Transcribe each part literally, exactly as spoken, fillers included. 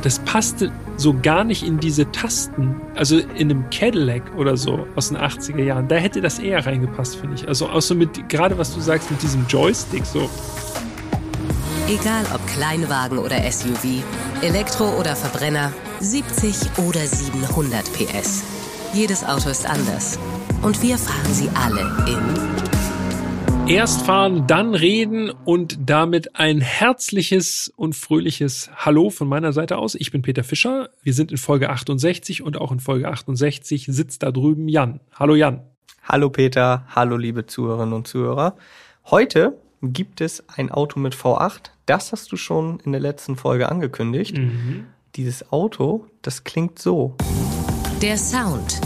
das passte so gar nicht in diese Tasten. Also in einem Cadillac oder so aus den achtziger Jahren, da hätte das eher reingepasst, finde ich. Also auch so mit, gerade was du sagst, mit diesem Joystick so. Egal ob Kleinwagen oder S U V, Elektro oder Verbrenner, siebzig oder siebenhundert P S. Jedes Auto ist anders. Und wir fahren sie alle in... Erst fahren, dann reden und damit ein herzliches und fröhliches Hallo von meiner Seite aus. Ich bin Peter Fischer. Wir sind in Folge achtundsechzig und auch in Folge achtundsechzig sitzt da drüben Jan. Hallo Jan. Hallo Peter, hallo liebe Zuhörerinnen und Zuhörer. Heute gibt es ein Auto mit V acht. Das hast du schon in der letzten Folge angekündigt. Mhm. Dieses Auto, das klingt so. Der Sound.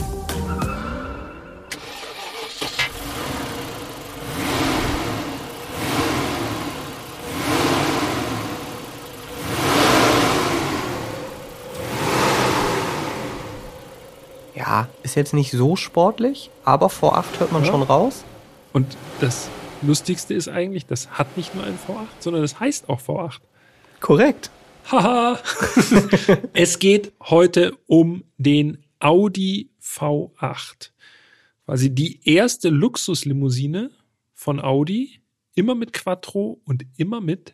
Ja, ist jetzt nicht so sportlich, aber V acht hört man ja schon raus. Und das Lustigste ist eigentlich, das hat nicht nur ein V acht, sondern das heißt auch V acht. Korrekt. Haha. Es geht heute um den Audi V acht. Quasi die erste Luxuslimousine von Audi, immer mit Quattro und immer mit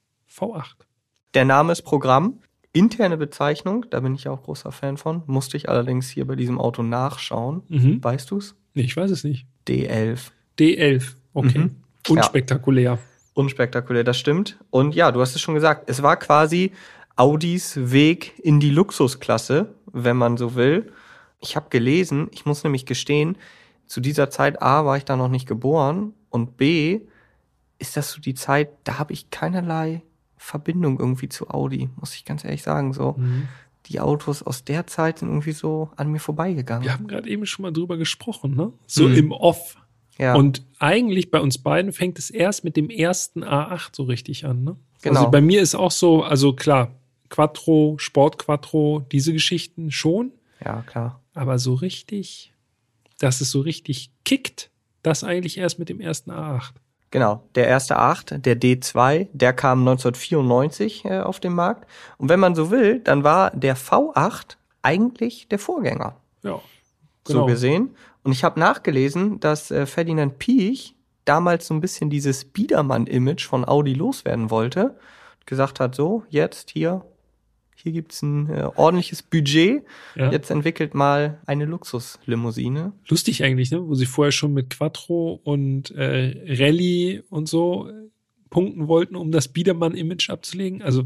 V acht. Der Name ist Programm. Interne Bezeichnung, da bin ich auch großer Fan von, musste ich allerdings hier bei diesem Auto nachschauen. Mhm. Weißt du's? Nee, ich weiß es nicht. D elf. D elf, okay. Mhm. Unspektakulär. Ja. Unspektakulär, das stimmt. Und ja, du hast es schon gesagt, es war quasi Audis Weg in die Luxusklasse, wenn man so will. Ich habe gelesen, ich muss nämlich gestehen, zu dieser Zeit A war ich da noch nicht geboren und B ist das so die Zeit, da habe ich keinerlei Verbindung irgendwie zu Audi, muss ich ganz ehrlich sagen. So, mhm. Die Autos aus der Zeit sind irgendwie so an mir vorbeigegangen. Wir haben gerade eben schon mal drüber gesprochen, ne? So mhm. im Off. Ja. Und eigentlich bei uns beiden fängt es erst mit dem ersten A acht so richtig an, ne? Genau. Also bei mir ist auch so, also klar, Quattro, Sport Quattro, diese Geschichten schon. Ja, klar. Aber so richtig, dass es so richtig kickt, das eigentlich erst mit dem ersten A acht. Genau, der erste A acht, der D zwei, der kam neunzehnhundertvierundneunzig äh, auf den Markt. Und wenn man so will, dann war der V acht eigentlich der Vorgänger. Ja, genau. So gesehen. Und ich habe nachgelesen, dass äh, Ferdinand Piëch damals so ein bisschen dieses Biedermann-Image von Audi loswerden wollte. Gesagt hat, so, jetzt hier, hier gibt's ein äh, ordentliches Budget. Ja. Jetzt entwickelt mal eine Luxuslimousine. Lustig eigentlich, ne? Wo sie vorher schon mit Quattro und äh, Rallye und so punkten wollten, um das Biedermann-Image abzulegen. Also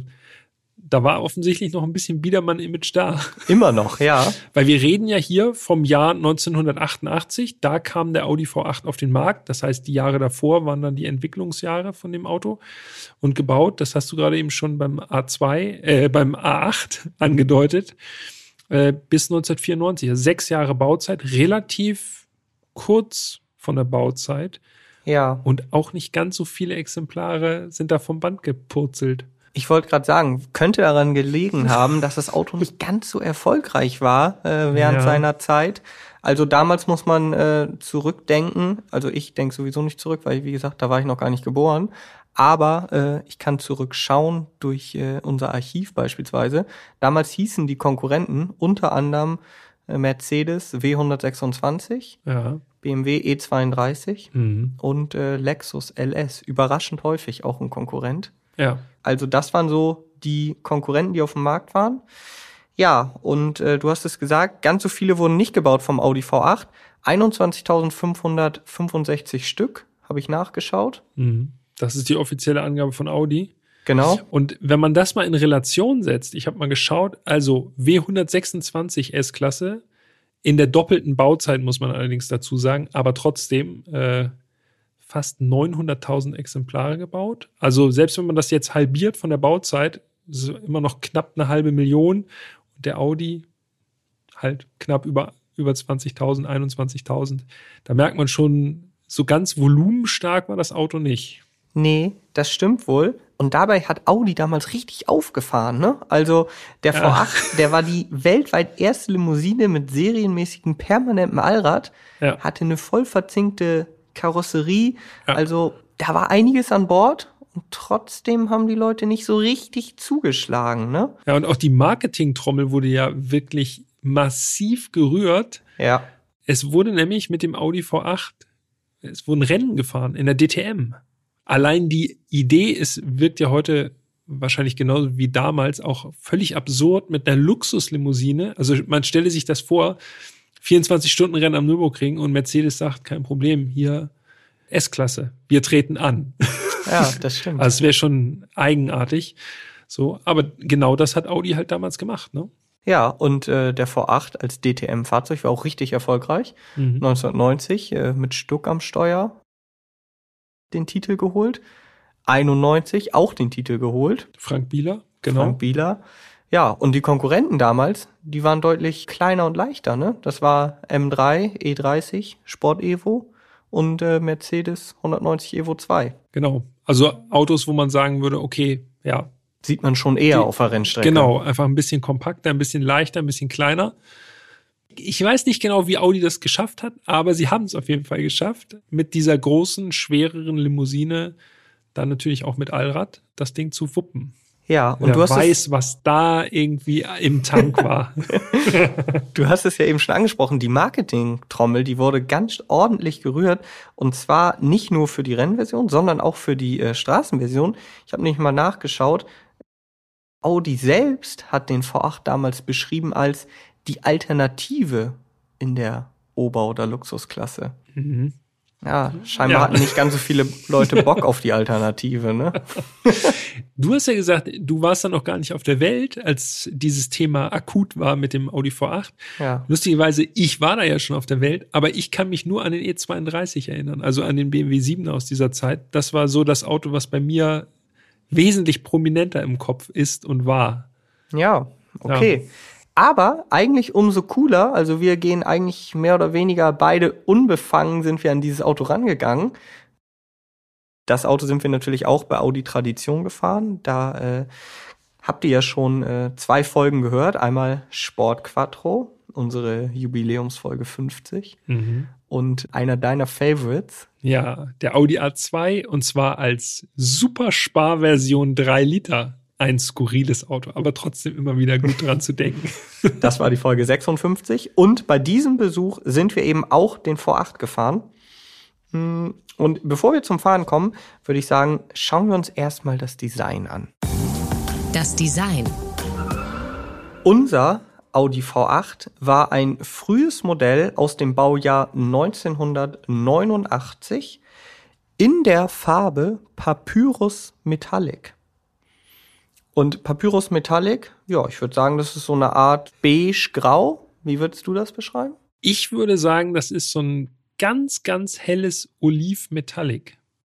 da war offensichtlich noch ein bisschen Biedermann-Image da. Immer noch, ja. Weil wir reden ja hier vom Jahr neunzehnhundertachtundachtzig. Da kam der Audi V acht auf den Markt. Das heißt, die Jahre davor waren dann die Entwicklungsjahre von dem Auto und gebaut. Das hast du gerade eben schon beim A zwei, äh, beim A acht angedeutet. Äh, bis neunzehnhundertvierundneunzig. Also sechs Jahre Bauzeit. Relativ kurz von der Bauzeit. Ja. Und auch nicht ganz so viele Exemplare sind da vom Band gepurzelt. Ich wollte gerade sagen, könnte daran gelegen haben, dass das Auto nicht ganz so erfolgreich war äh, während ja. seiner Zeit. Also damals muss man äh, zurückdenken. Also ich denke sowieso nicht zurück, weil, wie gesagt, da war ich noch gar nicht geboren. Aber äh, ich kann zurückschauen durch äh, unser Archiv beispielsweise. Damals hießen die Konkurrenten unter anderem äh, Mercedes W hundertsechsundzwanzig, ja. B M W E zweiunddreißig mhm. und äh, Lexus L S. Überraschend häufig auch ein Konkurrent. Ja. Also das waren so die Konkurrenten, die auf dem Markt waren. Ja, und äh, du hast es gesagt, ganz so viele wurden nicht gebaut vom Audi V acht. einundzwanzigtausendfünfhundertfünfundsechzig Stück, habe ich nachgeschaut. Das ist die offizielle Angabe von Audi. Genau. Und wenn man das mal in Relation setzt, ich habe mal geschaut, also W hundertsechsundzwanzig S-Klasse, in der doppelten Bauzeit muss man allerdings dazu sagen, aber trotzdem äh, fast neunhunderttausend Exemplare gebaut. Also selbst wenn man das jetzt halbiert von der Bauzeit, ist es immer noch knapp eine halbe Million. Und der Audi halt knapp über, über zwanzigtausend, einundzwanzigtausend. Da merkt man schon, so ganz volumenstark war das Auto nicht. Nee, das stimmt wohl. Und dabei hat Audi damals richtig aufgefahren, ne? Also der V acht, ja. der war die weltweit erste Limousine mit serienmäßigem permanentem Allrad, ja. hatte eine voll verzinkte Karosserie, ja. Also da war einiges an Bord und trotzdem haben die Leute nicht so richtig zugeschlagen, ne? Ja, und auch die Marketing-Trommel wurde ja wirklich massiv gerührt. Ja. Es wurde nämlich mit dem Audi V acht, es wurden Rennen gefahren in der D T M. Allein die Idee ist, wirkt ja heute wahrscheinlich genauso wie damals auch völlig absurd mit einer Luxuslimousine. Also man stelle sich das vor, vierundzwanzig Stunden Rennen am Nürburgring und Mercedes sagt, kein Problem, hier S-Klasse, wir treten an. Ja, das stimmt. Also es wäre schon eigenartig. So, aber genau das hat Audi halt damals gemacht, ne? Ja, und äh, der V acht als D T M-Fahrzeug war auch richtig erfolgreich. Mhm. neunzehnhundertneunzig äh, mit Stuck am Steuer den Titel geholt. einundneunzig auch den Titel geholt. Frank Bieler, genau. Frank Bieler. Ja, und die Konkurrenten damals, die waren deutlich kleiner und leichter, ne? Das war M drei, E dreißig, Sport Evo und äh, Mercedes hundertneunzig Evo zwei. Genau, also Autos, wo man sagen würde, okay, ja. Sieht man schon eher die, auf der Rennstrecke. Genau, einfach ein bisschen kompakter, ein bisschen leichter, ein bisschen kleiner. Ich weiß nicht genau, wie Audi das geschafft hat, aber sie haben es auf jeden Fall geschafft, mit dieser großen, schwereren Limousine, dann natürlich auch mit Allrad, das Ding zu wuppen. Ja, und Wer du hast weiß, es, was da irgendwie im Tank war. Du hast es ja eben schon angesprochen, die Marketing-Trommel, die wurde ganz ordentlich gerührt und zwar nicht nur für die Rennversion, sondern auch für die äh, Straßenversion. Ich habe nämlich mal nachgeschaut, Audi selbst hat den V acht damals beschrieben als die Alternative in der Ober- oder Luxusklasse. Mhm. Ja, scheinbar Ja. hatten nicht ganz so viele Leute Bock auf die Alternative, ne? Du hast ja gesagt, du warst dann noch gar nicht auf der Welt, als dieses Thema akut war mit dem Audi V acht. Ja. Lustigerweise, ich war da ja schon auf der Welt, aber ich kann mich nur an den E zweiunddreißig erinnern, also an den B M W sieben aus dieser Zeit. Das war so das Auto, was bei mir wesentlich prominenter im Kopf ist und war. Ja, okay. Ja. Aber eigentlich umso cooler, also wir gehen eigentlich mehr oder weniger beide unbefangen sind wir an dieses Auto rangegangen. Das Auto sind wir natürlich auch bei Audi Tradition gefahren. Da äh, habt ihr ja schon äh, zwei Folgen gehört. Einmal Sport Quattro, unsere Jubiläumsfolge fünfzig. Mhm. Und einer deiner Favorites. Ja, der Audi A zwei und zwar als Supersparversion drei Liter. Ein skurriles Auto, aber trotzdem immer wieder gut dran zu denken. Das war die Folge sechsundfünfzig. Und bei diesem Besuch sind wir eben auch den V acht gefahren. Und bevor wir zum Fahren kommen, würde ich sagen, schauen wir uns erstmal das Design an. Das Design. Unser Audi V acht war ein frühes Modell aus dem Baujahr neunzehnhundertneunundachtzig in der Farbe Papyrus Metallic. Und Papyrus Metallic, ja, ich würde sagen, das ist so eine Art beige-grau. Wie würdest du das beschreiben? Ich würde sagen, das ist so ein ganz, ganz helles Oliv-Metallic.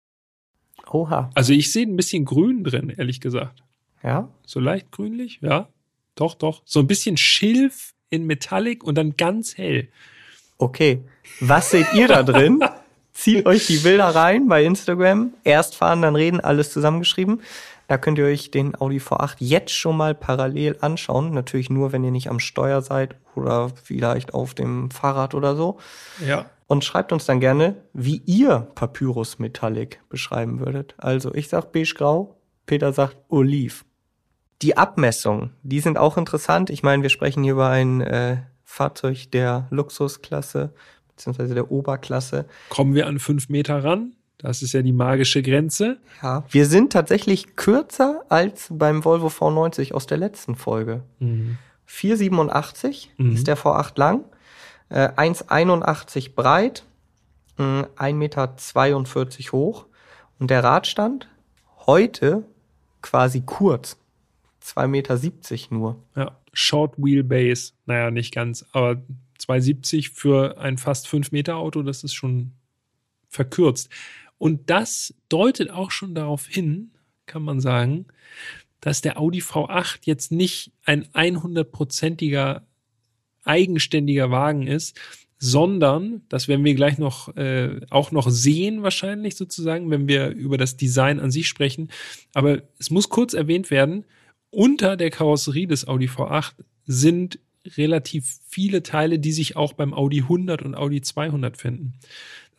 Oha. Also ich sehe ein bisschen grün drin, ehrlich gesagt. Ja? So leicht grünlich, ja. Doch, doch. So ein bisschen Schilf in Metallic und dann ganz hell. Okay. Was seht ihr da drin? Zieht euch die Bilder rein bei Instagram. Erst fahren, dann reden, alles zusammengeschrieben. Da könnt ihr euch den Audi V acht jetzt schon mal parallel anschauen. Natürlich nur, wenn ihr nicht am Steuer seid oder vielleicht auf dem Fahrrad oder so. Ja. Und schreibt uns dann gerne, wie ihr Papyrus Metallic beschreiben würdet. Also ich sag beige-grau, Peter sagt oliv. Die Abmessungen, die sind auch interessant. Ich meine, wir sprechen hier über ein äh, Fahrzeug der Luxusklasse beziehungsweise der Oberklasse. Kommen wir an fünf Meter ran? Das ist ja die magische Grenze. Ja, wir sind tatsächlich kürzer als beim Volvo V neunzig aus der letzten Folge. Mhm. vier Komma siebenundachtzig mhm. ist der V acht lang, äh, eins Komma einundachtzig breit, äh, ein Komma zweiundvierzig Meter hoch und der Radstand heute quasi kurz, zwei Komma siebzig Meter nur. Ja, Short Wheelbase, naja, nicht ganz, aber zwei Komma siebzig für ein fast fünf Meter Auto, das ist schon verkürzt. Und das deutet auch schon darauf hin, kann man sagen, dass der Audi V acht jetzt nicht ein hundertprozentiger eigenständiger Wagen ist, sondern, das werden wir gleich noch äh, auch noch sehen wahrscheinlich sozusagen, wenn wir über das Design an sich sprechen. Aber es muss kurz erwähnt werden, unter der Karosserie des Audi V acht sind relativ viele Teile, die sich auch beim Audi hundert und Audi zweihundert finden. Das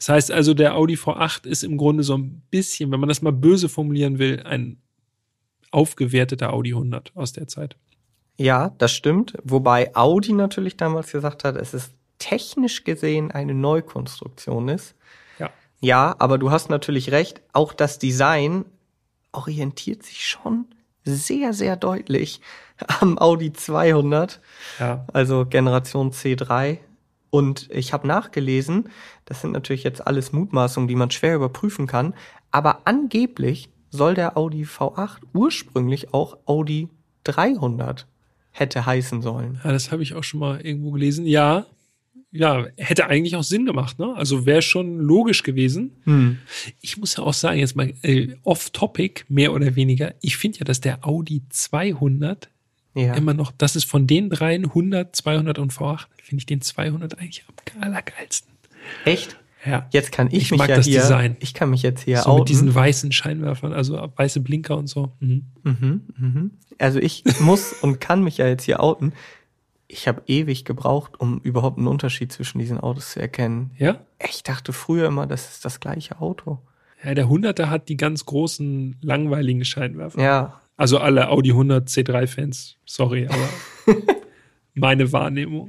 Das heißt also, der Audi V acht ist im Grunde so ein bisschen, wenn man das mal böse formulieren will, ein aufgewerteter Audi hundert aus der Zeit. Ja, das stimmt. Wobei Audi natürlich damals gesagt hat, es ist technisch gesehen eine Neukonstruktion ist. Ja. Ja, aber du hast natürlich recht, auch das Design orientiert sich schon sehr, sehr deutlich am Audi zweihundert, Ja. also Generation C drei. Und ich habe nachgelesen, das sind natürlich jetzt alles Mutmaßungen, die man schwer überprüfen kann, aber angeblich soll der Audi V acht ursprünglich auch Audi dreihundert hätte heißen sollen. Ja, das habe ich auch schon mal irgendwo gelesen. Ja, ja, hätte eigentlich auch Sinn gemacht, ne? Also wäre schon logisch gewesen. Hm. Ich muss ja auch sagen, jetzt mal äh, off-topic, mehr oder weniger, ich finde ja, dass der Audi zweihundert Ja. immer noch, das ist von den dreien, hundert, zweihundert und V acht, finde ich den zweihundert eigentlich am allergeilsten. Echt? Ja. Jetzt kann ich, Ich mich mag ja das hier, Design. ich kann mich jetzt hier So outen. mit diesen weißen Scheinwerfern, also weiße Blinker und so. Mhm. Mhm, mhm. Also ich muss und kann mich ja jetzt hier outen. Ich habe ewig gebraucht, um überhaupt einen Unterschied zwischen diesen Autos zu erkennen. Ja? Ich dachte früher immer, das ist das gleiche Auto. Ja, der hunderter hat die ganz großen, langweiligen Scheinwerfer. Ja, Also alle Audi hundert C drei Fans, sorry, aber meine Wahrnehmung.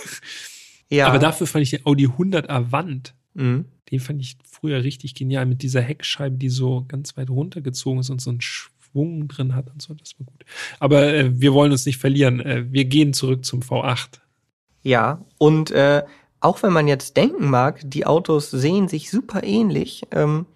ja. Aber dafür fand ich den Audi hundert Avant, Mhm. den fand ich früher richtig genial, mit dieser Heckscheibe, die so ganz weit runtergezogen ist und so einen Schwung drin hat und so, das war gut. Aber äh, wir wollen uns nicht verlieren, äh, wir gehen zurück zum V acht. Ja, und äh, auch wenn man jetzt denken mag, die Autos sehen sich super ähnlich, ähm,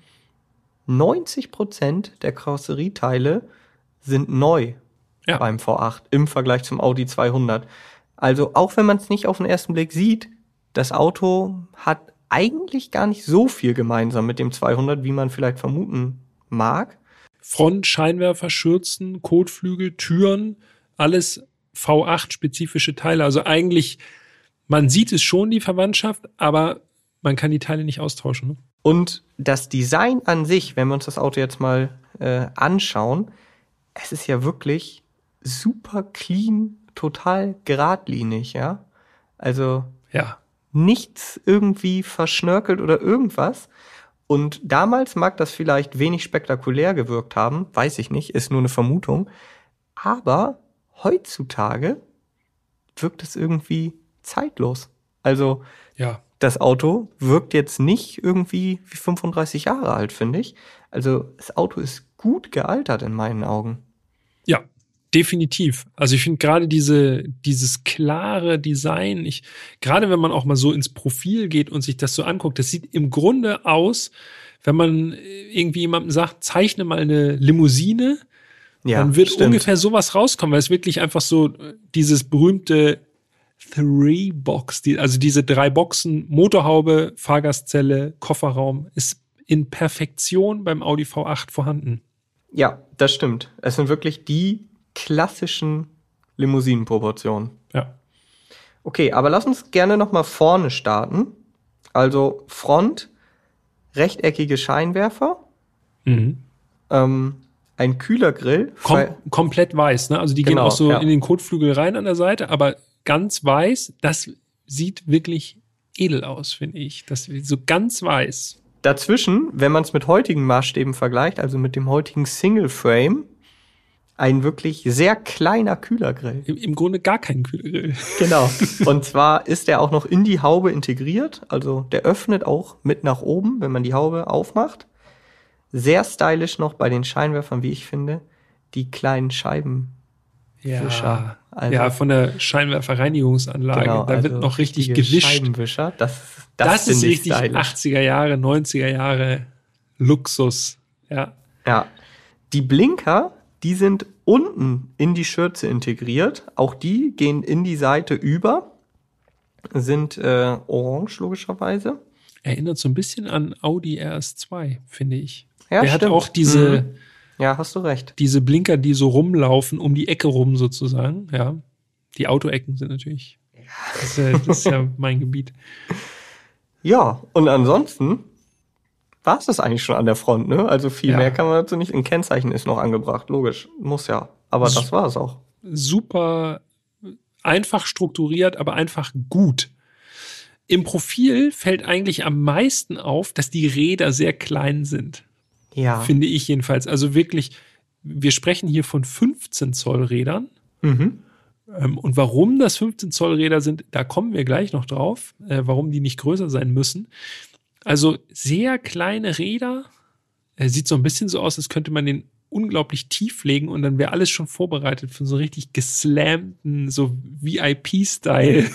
neunzig Prozent der Karosserieteile sind neu Ja. beim V acht im Vergleich zum Audi zweihundert. Also auch wenn man es nicht auf den ersten Blick sieht, das Auto hat eigentlich gar nicht so viel gemeinsam mit dem zweihundert, wie man vielleicht vermuten mag. Front, Scheinwerfer, Schürzen, Kotflügel, Türen, alles V acht-spezifische Teile. Also eigentlich, man sieht es schon, die Verwandtschaft, aber man kann die Teile nicht austauschen. Ne? Und das Design an sich, wenn wir uns das Auto jetzt mal äh, anschauen, es ist ja wirklich super clean, total geradlinig, ja. Also Ja. nichts irgendwie verschnörkelt oder irgendwas. Und damals mag das vielleicht wenig spektakulär gewirkt haben, weiß ich nicht, ist nur eine Vermutung. Aber heutzutage wirkt es irgendwie zeitlos. Also Ja. das Auto wirkt jetzt nicht irgendwie wie fünfunddreißig Jahre alt, finde ich. Also das Auto ist gut gealtert in meinen Augen. Ja, definitiv. Also ich finde gerade diese, dieses klare Design, ich, gerade wenn man auch mal so ins Profil geht und sich das so anguckt, das sieht im Grunde aus, wenn man irgendwie jemandem sagt, zeichne mal eine Limousine, Ja, dann wird stimmt. ungefähr sowas rauskommen, weil es wirklich einfach so dieses berühmte Three-Box, die, also diese drei Boxen, Motorhaube, Fahrgastzelle, Kofferraum, ist in Perfektion beim Audi V acht vorhanden. Ja, das stimmt. Es sind wirklich die klassischen Limousinenproportionen. Ja. Okay, aber lass uns gerne noch mal vorne starten. Also Front, rechteckige Scheinwerfer, Mhm. ähm, ein Kühlergrill. Kom Fe- komplett weiß, ne? Also die Genau, gehen auch so ja. in den Kotflügel rein an der Seite, aber ganz weiß, das sieht wirklich edel aus, finde ich. Das so ganz weiß. Dazwischen, wenn man es mit heutigen Maßstäben vergleicht, also mit dem heutigen Single Frame, ein wirklich sehr kleiner Kühlergrill. Im, im Grunde gar kein Kühlgrill. Genau. Und zwar ist der auch noch in die Haube integriert. Also der öffnet auch mit nach oben, wenn man die Haube aufmacht. Sehr stylisch noch bei den Scheinwerfern, wie ich finde. Die kleinen Scheiben. Wischer. Also- ja, von der Scheinwerferreinigungsanlage. Genau, da wird also noch richtig richtige gewischt. Scheibenwischer. Das, das, Das, ist finde ich richtig stylisch. achtziger Jahre, neunziger Jahre Luxus. Ja. Ja. Die Blinker, die sind unten in die Schürze integriert. Auch die gehen in die Seite über. Sind äh, orange, logischerweise. Erinnert so ein bisschen an Audi R S zwei, finde ich. Ja, Der hat stimmt. auch diese, Mhm. Ja, hast du recht. diese Blinker, die so rumlaufen, um die Ecke rum sozusagen. Ja. Die Autoecken sind natürlich. Das ist, ja, das ist ja mein Gebiet. Ja, und ansonsten war es das eigentlich schon an der Front, ne? Also viel Ja. mehr kann man dazu nicht. Ein Kennzeichen ist noch angebracht, logisch. Muss ja. Aber das war es auch. Super einfach strukturiert, aber einfach gut. Im Profil fällt eigentlich am meisten auf, dass die Räder sehr klein sind. Ja. Finde ich jedenfalls. Also wirklich, wir sprechen hier von fünfzehn Zoll Rädern. Mhm. Ähm, und warum das fünfzehn Zoll Räder sind, da kommen wir gleich noch drauf, äh, warum die nicht größer sein müssen. Also sehr kleine Räder. Äh, sieht so ein bisschen so aus, als könnte man den unglaublich tief legen und dann wäre alles schon vorbereitet für so richtig geslammten, so V I P-Style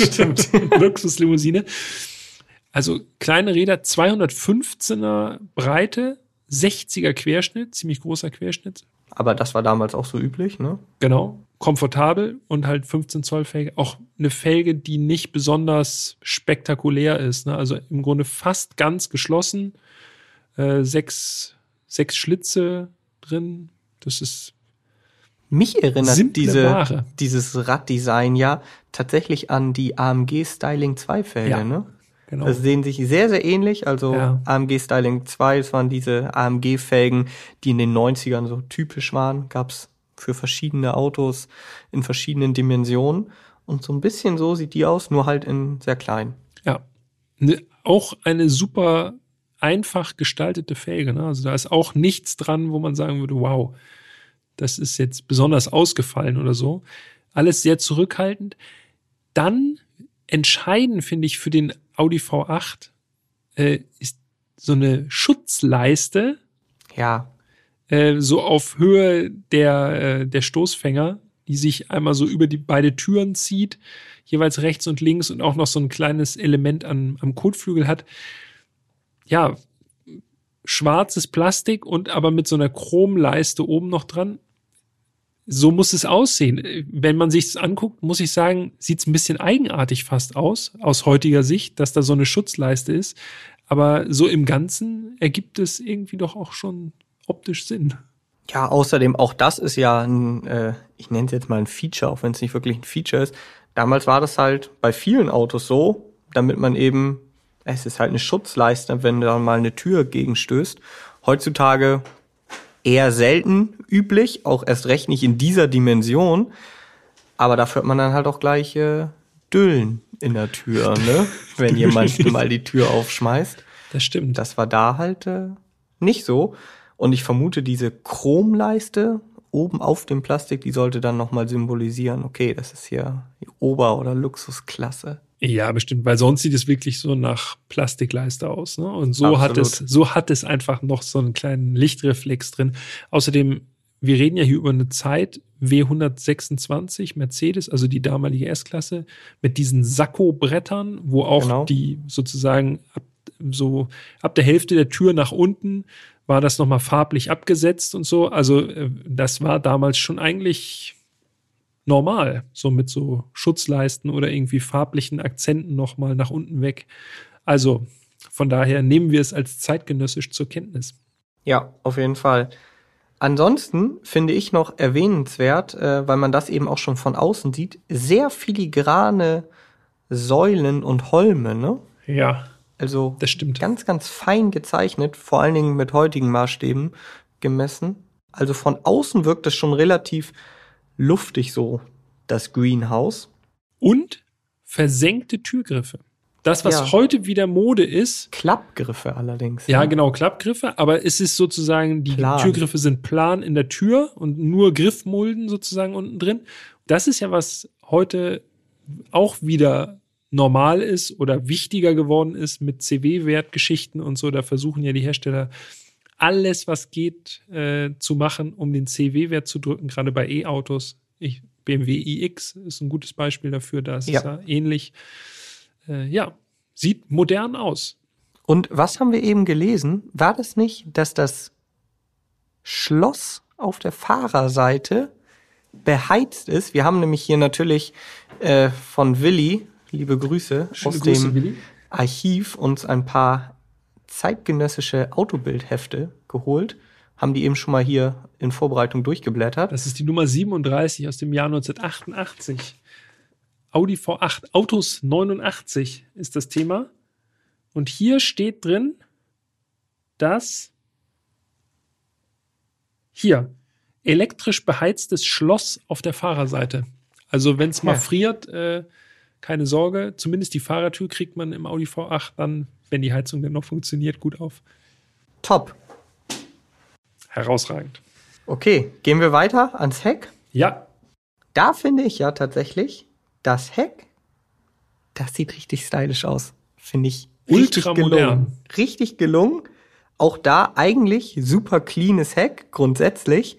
Luxuslimousine. Also kleine Räder, zweihundertfünfzehner Breite, sechziger Querschnitt, ziemlich großer Querschnitt. Aber das war damals auch so üblich, ne? Genau, komfortabel und halt fünfzehn Zoll Felge. Auch eine Felge, die nicht besonders spektakulär ist, ne? Also im Grunde fast ganz geschlossen, äh, sechs, sechs Schlitze drin. Das ist Mich erinnert simple diese, Ware. dieses Raddesign ja tatsächlich an die A M G Styling zwei Felge, Ja, ne? genau. Das sehen sich sehr, sehr ähnlich. Also Ja. A M G Styling zwei, das waren diese A M G-Felgen, die in den neunzigern so typisch waren. Gab's für verschiedene Autos in verschiedenen Dimensionen. Und so ein bisschen so sieht die aus, nur halt in sehr klein. Ja. Ne, auch eine super einfach gestaltete Felge. Ne? Also da ist auch nichts dran, wo man sagen würde, wow, das ist jetzt besonders ausgefallen oder so. Alles sehr zurückhaltend. Dann entscheidend, finde ich, für den Audi V acht äh, ist so eine Schutzleiste, Ja, äh, so auf Höhe der, äh, der Stoßfänger, die sich einmal so über die beide Türen zieht, jeweils rechts und links und auch noch so ein kleines Element an, am Kotflügel hat. Ja, schwarzes Plastik und aber mit so einer Chromleiste oben noch dran. So muss es aussehen. Wenn man sich's anguckt, muss ich sagen, sieht's ein bisschen eigenartig fast aus, aus heutiger Sicht, dass da so eine Schutzleiste ist. Aber so im Ganzen ergibt es irgendwie doch auch schon optisch Sinn. Ja, außerdem auch das ist ja ein, äh, ich nenne es jetzt mal ein Feature, auch wenn es nicht wirklich ein Feature ist. Damals war das halt bei vielen Autos so, damit man eben, es ist halt eine Schutzleiste, wenn da mal eine Tür gegenstößt. Heutzutage eher selten üblich, auch erst recht nicht in dieser Dimension. Aber dafür hat man dann halt auch gleich äh, Düllen in der Tür, ne? Wenn jemand mal die Tür aufschmeißt. Das stimmt. Das war da halt äh, nicht so. Und ich vermute, diese Chromleiste oben auf dem Plastik, die sollte dann nochmal symbolisieren, okay, das ist hier die Ober- oder Luxusklasse. Ja, bestimmt, weil sonst sieht es wirklich so nach Plastikleiste aus, ne? Und so hat es, Absolut. so hat es einfach noch so einen kleinen Lichtreflex drin. Außerdem, wir reden ja hier über eine Zeit, W hundertsechsundzwanzig Mercedes, also die damalige S-Klasse, mit diesen Sakko-Brettern, wo auch Genau. die sozusagen ab, so ab der Hälfte der Tür nach unten war das nochmal farblich abgesetzt und so. Also äh, das war damals schon eigentlich normal, so mit so Schutzleisten oder irgendwie farblichen Akzenten nochmal nach unten weg. Also von daher nehmen wir es als zeitgenössisch zur Kenntnis. Ja, auf jeden Fall. Ansonsten finde ich noch erwähnenswert, äh, weil man das eben auch schon von außen sieht, sehr filigrane Säulen und Holme, ne? Ja, Also das stimmt. ganz, ganz fein gezeichnet, vor allen Dingen mit heutigen Maßstäben gemessen. Also von außen wirkt es schon relativ luftig so, das Greenhouse. Und versenkte Türgriffe. Das, was Ja. heute wieder Mode ist, Klappgriffe allerdings. ja, ne? genau, Klappgriffe, aber es ist sozusagen, die Plan. Türgriffe sind plan in der Tür und nur Griffmulden sozusagen unten drin. Das ist ja, was heute auch wieder normal ist oder wichtiger geworden ist mit C W-Wertgeschichten und so. Da versuchen ja die Hersteller alles, was geht, äh, zu machen, um den C W-Wert zu drücken, gerade bei E-Autos. Ich, B M W iX ist ein gutes Beispiel dafür, da ist Ja. es ja ähnlich. Äh, ja, sieht modern aus. Und was haben wir eben gelesen? War das nicht, dass das Schloss auf der Fahrerseite beheizt ist? Wir haben nämlich hier natürlich äh, von Willi, liebe Grüße, Schöne aus Grüße, dem Willi. Archiv uns ein paar zeitgenössische Autobildhefte geholt. Haben die eben schon mal hier in Vorbereitung durchgeblättert. Das ist die Nummer siebenunddreißig aus dem Jahr neunzehnhundertachtundachtzig. Audi V acht, Autos neunundachtzig ist das Thema. Und hier steht drin, dass hier elektrisch beheiztes Schloss auf der Fahrerseite. Also wenn es mal Ja. friert, äh, keine Sorge. Zumindest die Fahrertür kriegt man im Audi V acht dann, wenn die Heizung denn noch funktioniert, gut auf. Top. Herausragend. Okay, gehen wir weiter ans Heck. Ja. Da finde ich ja tatsächlich, das Heck, das sieht richtig stylisch aus. Finde ich richtig Ultra gelungen. modern. Richtig gelungen. Auch da eigentlich super cleanes Heck grundsätzlich.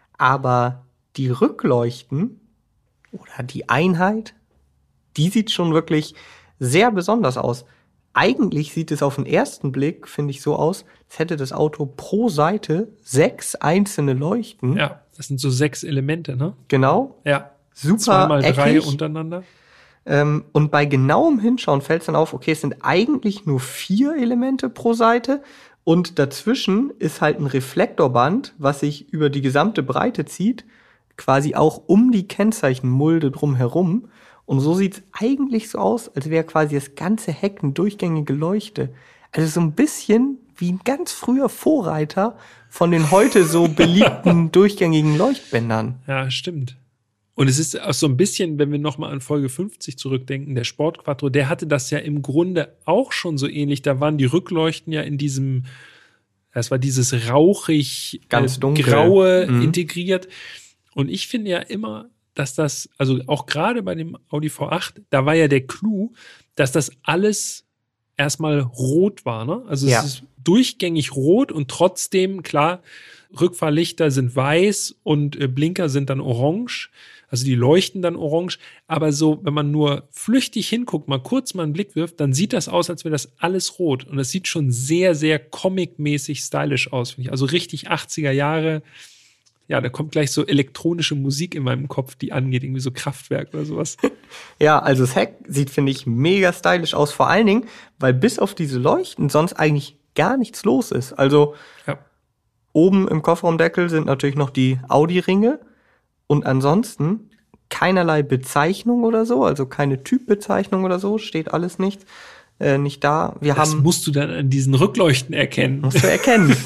Aber die Rückleuchten oder die Einheit, die sieht schon wirklich sehr besonders aus. Eigentlich sieht es auf den ersten Blick, finde ich, so aus, als hätte das Auto pro Seite sechs einzelne Leuchten. Ja, das sind so sechs Elemente, ne? Genau. Ja. Super Zwei mal drei eckig. untereinander. Ähm, und bei genauem Hinschauen fällt es dann auf, okay, es sind eigentlich nur vier Elemente pro Seite und dazwischen ist halt ein Reflektorband, was sich über die gesamte Breite zieht, quasi auch um die Kennzeichenmulde drumherum. Und so sieht es eigentlich so aus, als wäre quasi das ganze Heck eine durchgängige Leuchte. Also so ein bisschen wie ein ganz früher Vorreiter von den heute so beliebten durchgängigen Leuchtbändern. Ja, stimmt. Und es ist auch so ein bisschen, wenn wir nochmal an Folge fünfzig zurückdenken, der Sport Quattro, der hatte das ja im Grunde auch schon so ähnlich. Da waren die Rückleuchten ja in diesem, das war dieses rauchig, Ganz äh, dunkel. graue Mhm. integriert. Und ich finde ja immer, dass das, also auch gerade bei dem Audi V acht, da war ja der Clou, dass das alles erstmal rot war, ne? Also Ja. es ist durchgängig rot und trotzdem, klar, Rückfahrlichter sind weiß und äh, Blinker sind dann orange. Also die leuchten dann orange. Aber so, wenn man nur flüchtig hinguckt, mal kurz mal einen Blick wirft, dann sieht das aus, als wäre das alles rot. Und das sieht schon sehr, sehr comic-mäßig stylisch aus, finde ich. Also richtig achtziger Jahre. Ja, da kommt gleich so elektronische Musik in meinem Kopf, die angeht, irgendwie so Kraftwerk oder sowas. Ja, also das Heck sieht, finde ich, mega stylisch aus. Vor allen Dingen, weil bis auf diese Leuchten sonst eigentlich gar nichts los ist. Also Ja. oben im Kofferraumdeckel sind natürlich noch die Audi-Ringe und ansonsten keinerlei Bezeichnung oder so, also keine Typbezeichnung oder so, steht alles nicht, äh, nicht da. Wir Das haben musst du dann an diesen Rückleuchten erkennen. musst du erkennen.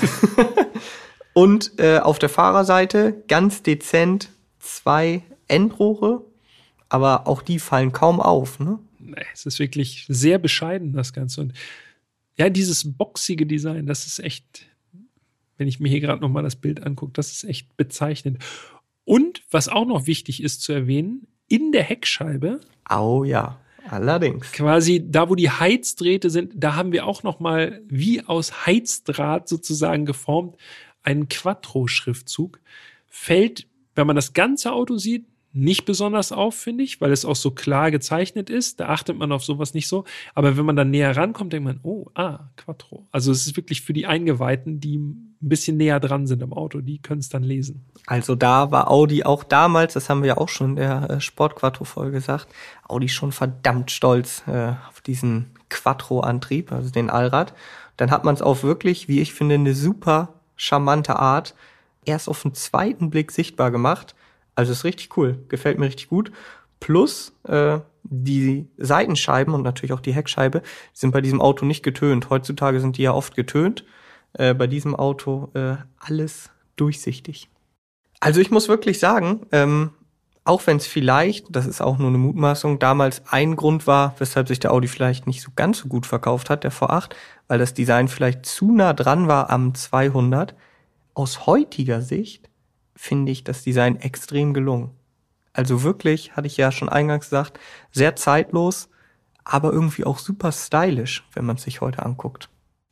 Und äh, auf der Fahrerseite ganz dezent zwei Endrohre, aber auch die fallen kaum auf, ne? Nee, es ist wirklich sehr bescheiden, das Ganze. Und ja, dieses boxige Design, das ist echt, wenn ich mir hier gerade nochmal das Bild angucke, das ist echt bezeichnend. Und was auch noch wichtig ist zu erwähnen, in der Heckscheibe, Oh ja, allerdings. quasi da, wo die Heizdrähte sind, da haben wir auch nochmal wie aus Heizdraht sozusagen geformt einen Quattro-Schriftzug. Fällt, wenn man das ganze Auto sieht, nicht besonders auf, finde ich, weil es auch so klar gezeichnet ist. Da achtet man auf sowas nicht so. Aber wenn man dann näher rankommt, denkt man, oh, ah, Quattro. Also es ist wirklich für die Eingeweihten, die ein bisschen näher dran sind am Auto, die können es dann lesen. Also da war Audi auch damals, das haben wir ja auch schon in der äh, Sport-Quattro-Folge gesagt, Audi schon verdammt stolz äh, auf diesen Quattro-Antrieb, also den Allrad. Dann hat man es auch wirklich, wie ich finde, eine super charmante Art erst auf den zweiten Blick sichtbar gemacht. Also ist richtig cool, gefällt mir richtig gut. Plus äh, die Seitenscheiben und natürlich auch die Heckscheibe sind bei diesem Auto nicht getönt. Heutzutage sind die ja oft getönt. Äh, bei diesem Auto äh, alles durchsichtig. Also ich muss wirklich sagen, ähm, auch wenn es vielleicht, das ist auch nur eine Mutmaßung, damals ein Grund war, weshalb sich der Audi vielleicht nicht so ganz so gut verkauft hat, der V acht, weil das Design vielleicht zu nah dran war am zweihundert. Aus heutiger Sicht finde ich das Design extrem gelungen. Also wirklich, hatte ich ja schon eingangs gesagt, sehr zeitlos, aber irgendwie auch super stylisch, wenn man es sich heute anguckt.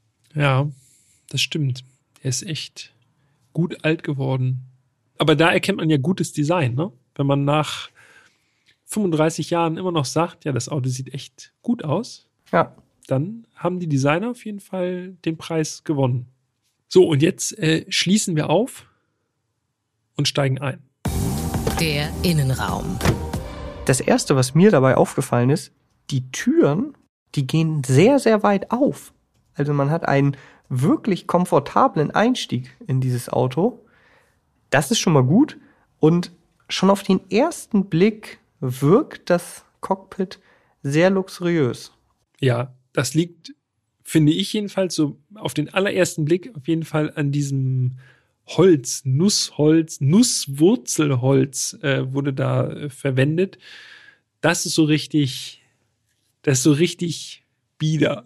Ja, das stimmt. Er ist echt gut alt geworden. Aber da erkennt man ja gutes Design, ne? Wenn man nach fünfunddreißig Jahren immer noch sagt, ja, das Auto sieht echt gut aus, Ja. dann haben die Designer auf jeden Fall den Preis gewonnen. So, und jetzt äh, schließen wir auf und steigen ein. Der Innenraum. Das erste, was mir dabei aufgefallen ist, die Türen, die gehen sehr, sehr weit auf. Also man hat einen wirklich komfortablen Einstieg in dieses Auto. Das ist schon mal gut. Und schon auf den ersten Blick wirkt das Cockpit sehr luxuriös. Ja, das liegt, finde ich jedenfalls, so auf den allerersten Blick auf jeden Fall an diesem Holz, Nussholz, Nusswurzelholz äh, wurde da äh, verwendet. Das ist so richtig Das ist so richtig bieder.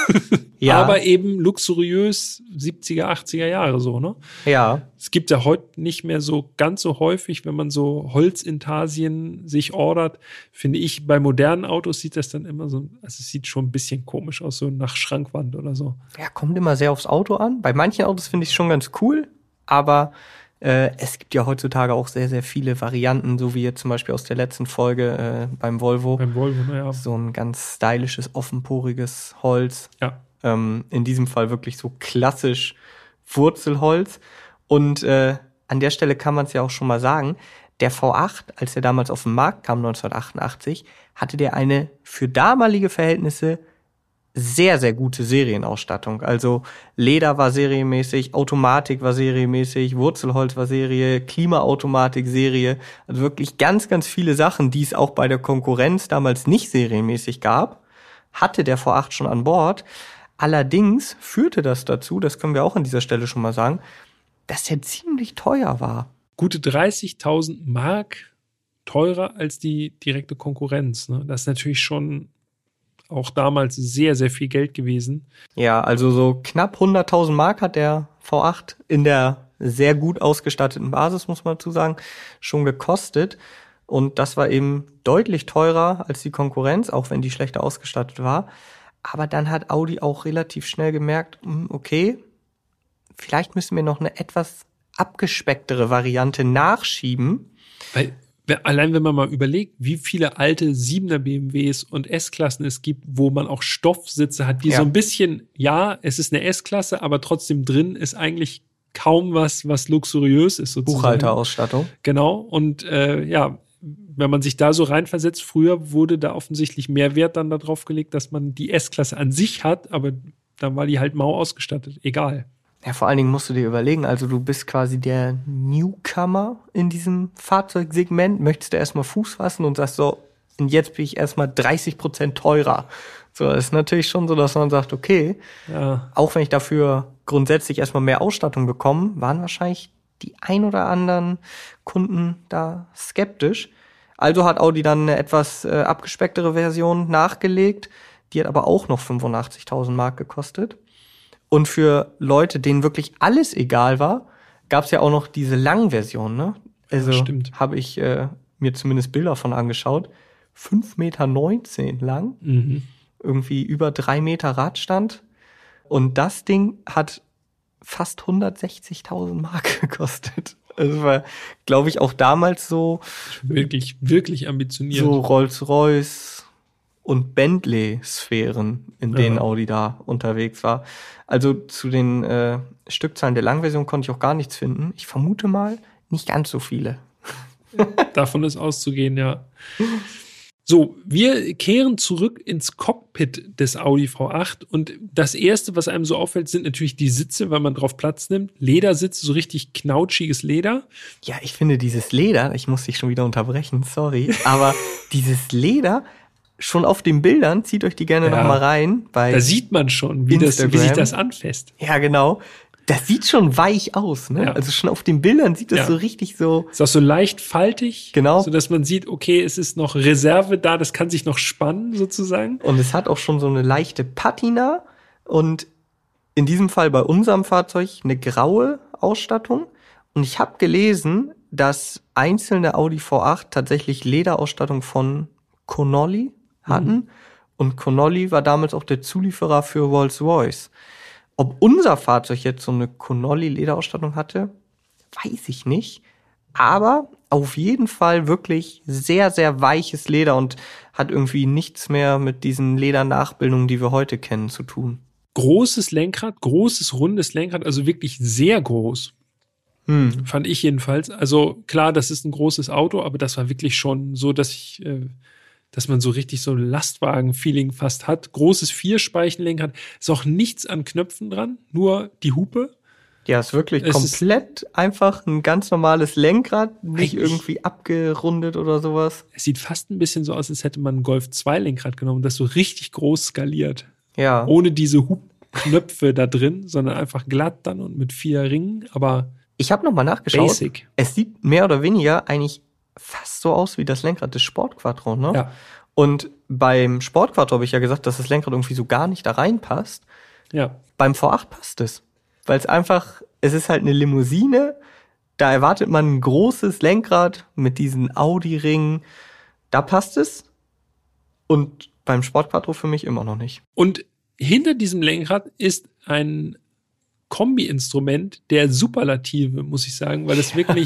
Ja. Aber eben luxuriös siebziger, achtziger Jahre so, ne? Ja. Es gibt ja heute nicht mehr so ganz so häufig, wenn man so Holzintarsien sich ordert, finde ich, bei modernen Autos sieht das dann immer so, also es sieht schon ein bisschen komisch aus, so nach Schrankwand oder so. Ja, kommt immer sehr aufs Auto an. Bei manchen Autos finde ich es schon ganz cool, aber äh, es gibt ja heutzutage auch sehr, sehr viele Varianten, so wie jetzt zum Beispiel aus der letzten Folge äh, beim Volvo. Beim Volvo, naja. So ein ganz stylisches, offenporiges Holz. Ja. Ähm, in diesem Fall wirklich so klassisch Wurzelholz. Und äh, an der Stelle kann man es ja auch schon mal sagen, der V acht, als er damals auf den Markt kam, neunzehnhundertachtundachtzig, hatte der eine für damalige Verhältnisse sehr, sehr gute Serienausstattung. Also Leder war serienmäßig, Automatik war serienmäßig, Wurzelholz war Serie, Klimaautomatik-Serie. Also wirklich ganz, ganz viele Sachen, die es auch bei der Konkurrenz damals nicht serienmäßig gab, hatte der V acht schon an Bord. Allerdings führte das dazu, das können wir auch an dieser Stelle schon mal sagen, dass er ziemlich teuer war. Gute dreißigtausend Mark teurer als die direkte Konkurrenz. Ne? Das ist natürlich schon auch damals sehr, sehr viel Geld gewesen. Ja, also so knapp hunderttausend Mark hat der V acht in der sehr gut ausgestatteten Basis, muss man dazu sagen, schon gekostet. Und das war eben deutlich teurer als die Konkurrenz, auch wenn die schlechter ausgestattet war. Aber dann hat Audi auch relativ schnell gemerkt, okay, vielleicht müssen wir noch eine etwas abgespecktere Variante nachschieben. Weil, allein wenn man mal überlegt, wie viele alte siebener B M Ws und S-Klassen es gibt, wo man auch Stoffsitze hat, die ja. so ein bisschen, ja, es ist eine S-Klasse, aber trotzdem drin ist eigentlich kaum was, was luxuriös ist sozusagen. Buchhalterausstattung. Genau, und äh, ja, wenn man sich da so reinversetzt, früher wurde da offensichtlich mehr Wert dann darauf gelegt, dass man die S-Klasse an sich hat, aber dann war die halt mau ausgestattet, egal. Ja, vor allen Dingen musst du dir überlegen, also du bist quasi der Newcomer in diesem Fahrzeugsegment, möchtest du erstmal Fuß fassen und sagst so, und jetzt bin ich erstmal dreißig Prozent teurer. So, das ist natürlich schon so, dass man sagt, okay, ja. Auch wenn ich dafür grundsätzlich erstmal mehr Ausstattung bekomme, waren wahrscheinlich die ein oder anderen Kunden da skeptisch. Also hat Audi dann eine etwas äh, abgespecktere Version nachgelegt. Die hat aber auch noch fünfundachtzigtausend Mark gekostet. Und für Leute, denen wirklich alles egal war, gab es ja auch noch diese Langversion. Ne? Also ja, habe ich äh, mir zumindest Bilder von angeschaut. fünf Meter neunzehn lang. Mhm. Irgendwie über drei Meter Radstand. Und das Ding hat fast hundertsechzigtausend Mark gekostet. Also war, glaube ich, auch damals so wirklich, wirklich ambitioniert. So Rolls-Royce und Bentley-Sphären, in denen ja. Audi da unterwegs war. Also zu den äh, Stückzahlen der Langversion konnte ich auch gar nichts finden. Ich vermute mal, nicht ganz so viele. Davon ist auszugehen, ja. So, wir kehren zurück ins Cockpit des Audi V acht und das Erste, was einem so auffällt, sind natürlich die Sitze, weil man drauf Platz nimmt. Ledersitze, so richtig knautschiges Leder. Ja, ich finde dieses Leder, ich muss dich schon wieder unterbrechen, sorry, aber dieses Leder, schon auf den Bildern, zieht euch die gerne ja, noch mal rein. Bei da sieht man schon, wie, das, wie sich das anfasst. Ja, genau. Das sieht schon weich aus, ne? Ja. Also schon auf den Bildern sieht das ja. so richtig so. Ist auch so leicht faltig. Genau. So dass man sieht, okay, es ist noch Reserve da, das kann sich noch spannen, sozusagen. Und es hat auch schon so eine leichte Patina. Und in diesem Fall bei unserem Fahrzeug eine graue Ausstattung. Und ich habe gelesen, dass einzelne Audi V acht tatsächlich Lederausstattung von Connolly hatten. Mhm. Und Connolly war damals auch der Zulieferer für Rolls-Royce. Ob unser Fahrzeug jetzt so eine Connolly-Lederausstattung hatte, weiß ich nicht. Aber auf jeden Fall wirklich sehr, sehr weiches Leder und hat irgendwie nichts mehr mit diesen Ledernachbildungen, die wir heute kennen, zu tun. Großes Lenkrad, großes, rundes Lenkrad, also wirklich sehr groß. Hm. Fand ich jedenfalls. Also klar, das ist ein großes Auto, aber das war wirklich schon so, dass ich... Äh, dass man so richtig so ein Lastwagen-Feeling fast hat. Großes Vierspeichenlenkrad. Ist auch nichts an Knöpfen dran, nur die Hupe. Ja, ist wirklich es komplett ist einfach ein ganz normales Lenkrad, nicht irgendwie abgerundet oder sowas. Es sieht fast ein bisschen so aus, als hätte man ein Golf zwei Lenkrad genommen, das so richtig groß skaliert. Ja. Ohne diese Hubknöpfe da drin, sondern einfach glatt dann und mit vier Ringen, aber ich habe nochmal nachgeschaut. Basic. Es sieht mehr oder weniger eigentlich fast so aus wie das Lenkrad des Sportquattro, ne? Ja. Und beim Sportquattro habe ich ja gesagt, dass das Lenkrad irgendwie so gar nicht da reinpasst. Ja. Beim V acht passt es. Weil es einfach, es ist halt eine Limousine, da erwartet man ein großes Lenkrad mit diesen Audi-Ringen. Da passt es. Und beim Sportquattro für mich immer noch nicht. Und hinter diesem Lenkrad ist ein Kombi-Instrument der Superlative, muss ich sagen, weil es wirklich,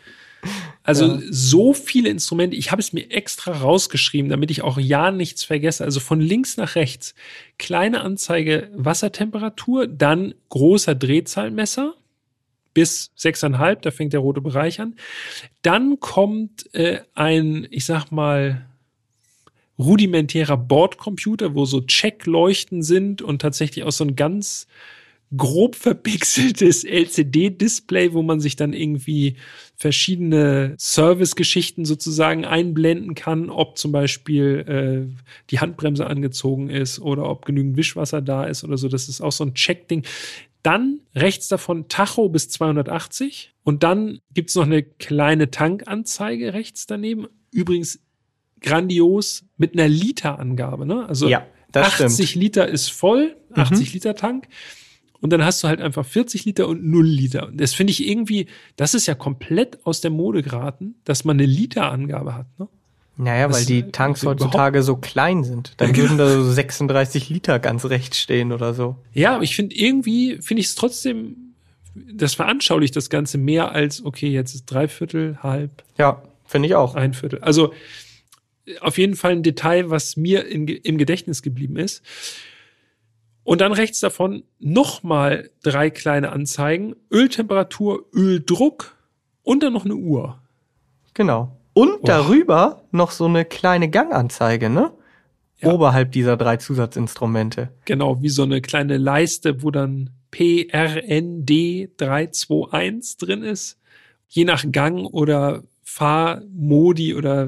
also ja. so viele Instrumente, ich habe es mir extra rausgeschrieben, damit ich auch ja nichts vergesse, also von links nach rechts, kleine Anzeige Wassertemperatur, dann großer Drehzahlmesser bis sechs Komma fünf, da fängt der rote Bereich an, dann kommt äh, ein, ich sag mal, rudimentärer Bordcomputer, wo so Checkleuchten sind und tatsächlich auch so ein ganz grob verpixeltes L C D-Display, wo man sich dann irgendwie verschiedene Servicegeschichten sozusagen einblenden kann, ob zum Beispiel äh, die Handbremse angezogen ist oder ob genügend Wischwasser da ist oder so. Das ist auch so ein Checkding. Dann rechts davon Tacho bis zweihundertachtzig und dann gibt's noch eine kleine Tankanzeige rechts daneben. Übrigens grandios mit einer Literangabe, ne? Also ja, das achtzig stimmt. Liter ist voll, achtzig Mhm. Liter Tank. Und dann hast du halt einfach vierzig Liter und null Liter. Und das finde ich irgendwie, das ist ja komplett aus der Mode geraten, dass man eine Literangabe hat, ne? Naja, Das weil die ist Tanks überhaupt- heutzutage so klein sind. Dann Ja, genau. würden da so sechsunddreißig Liter ganz rechts stehen oder so. Ja, aber ich finde irgendwie, finde ich es trotzdem, das veranschaulicht das Ganze mehr als, okay, jetzt ist Dreiviertel, halb, Ja, finde ich auch. ein Viertel. Also auf jeden Fall ein Detail, was mir in, im Gedächtnis geblieben ist. Und dann rechts davon nochmal drei kleine Anzeigen. Öltemperatur, Öldruck und dann noch eine Uhr. Genau. Und Boah. darüber noch so eine kleine Ganganzeige, ne? Ja. Oberhalb dieser drei Zusatzinstrumente. Genau, wie so eine kleine Leiste, wo dann P R N D drei zwei eins drin ist. Je nach Gang oder Fahrmodi oder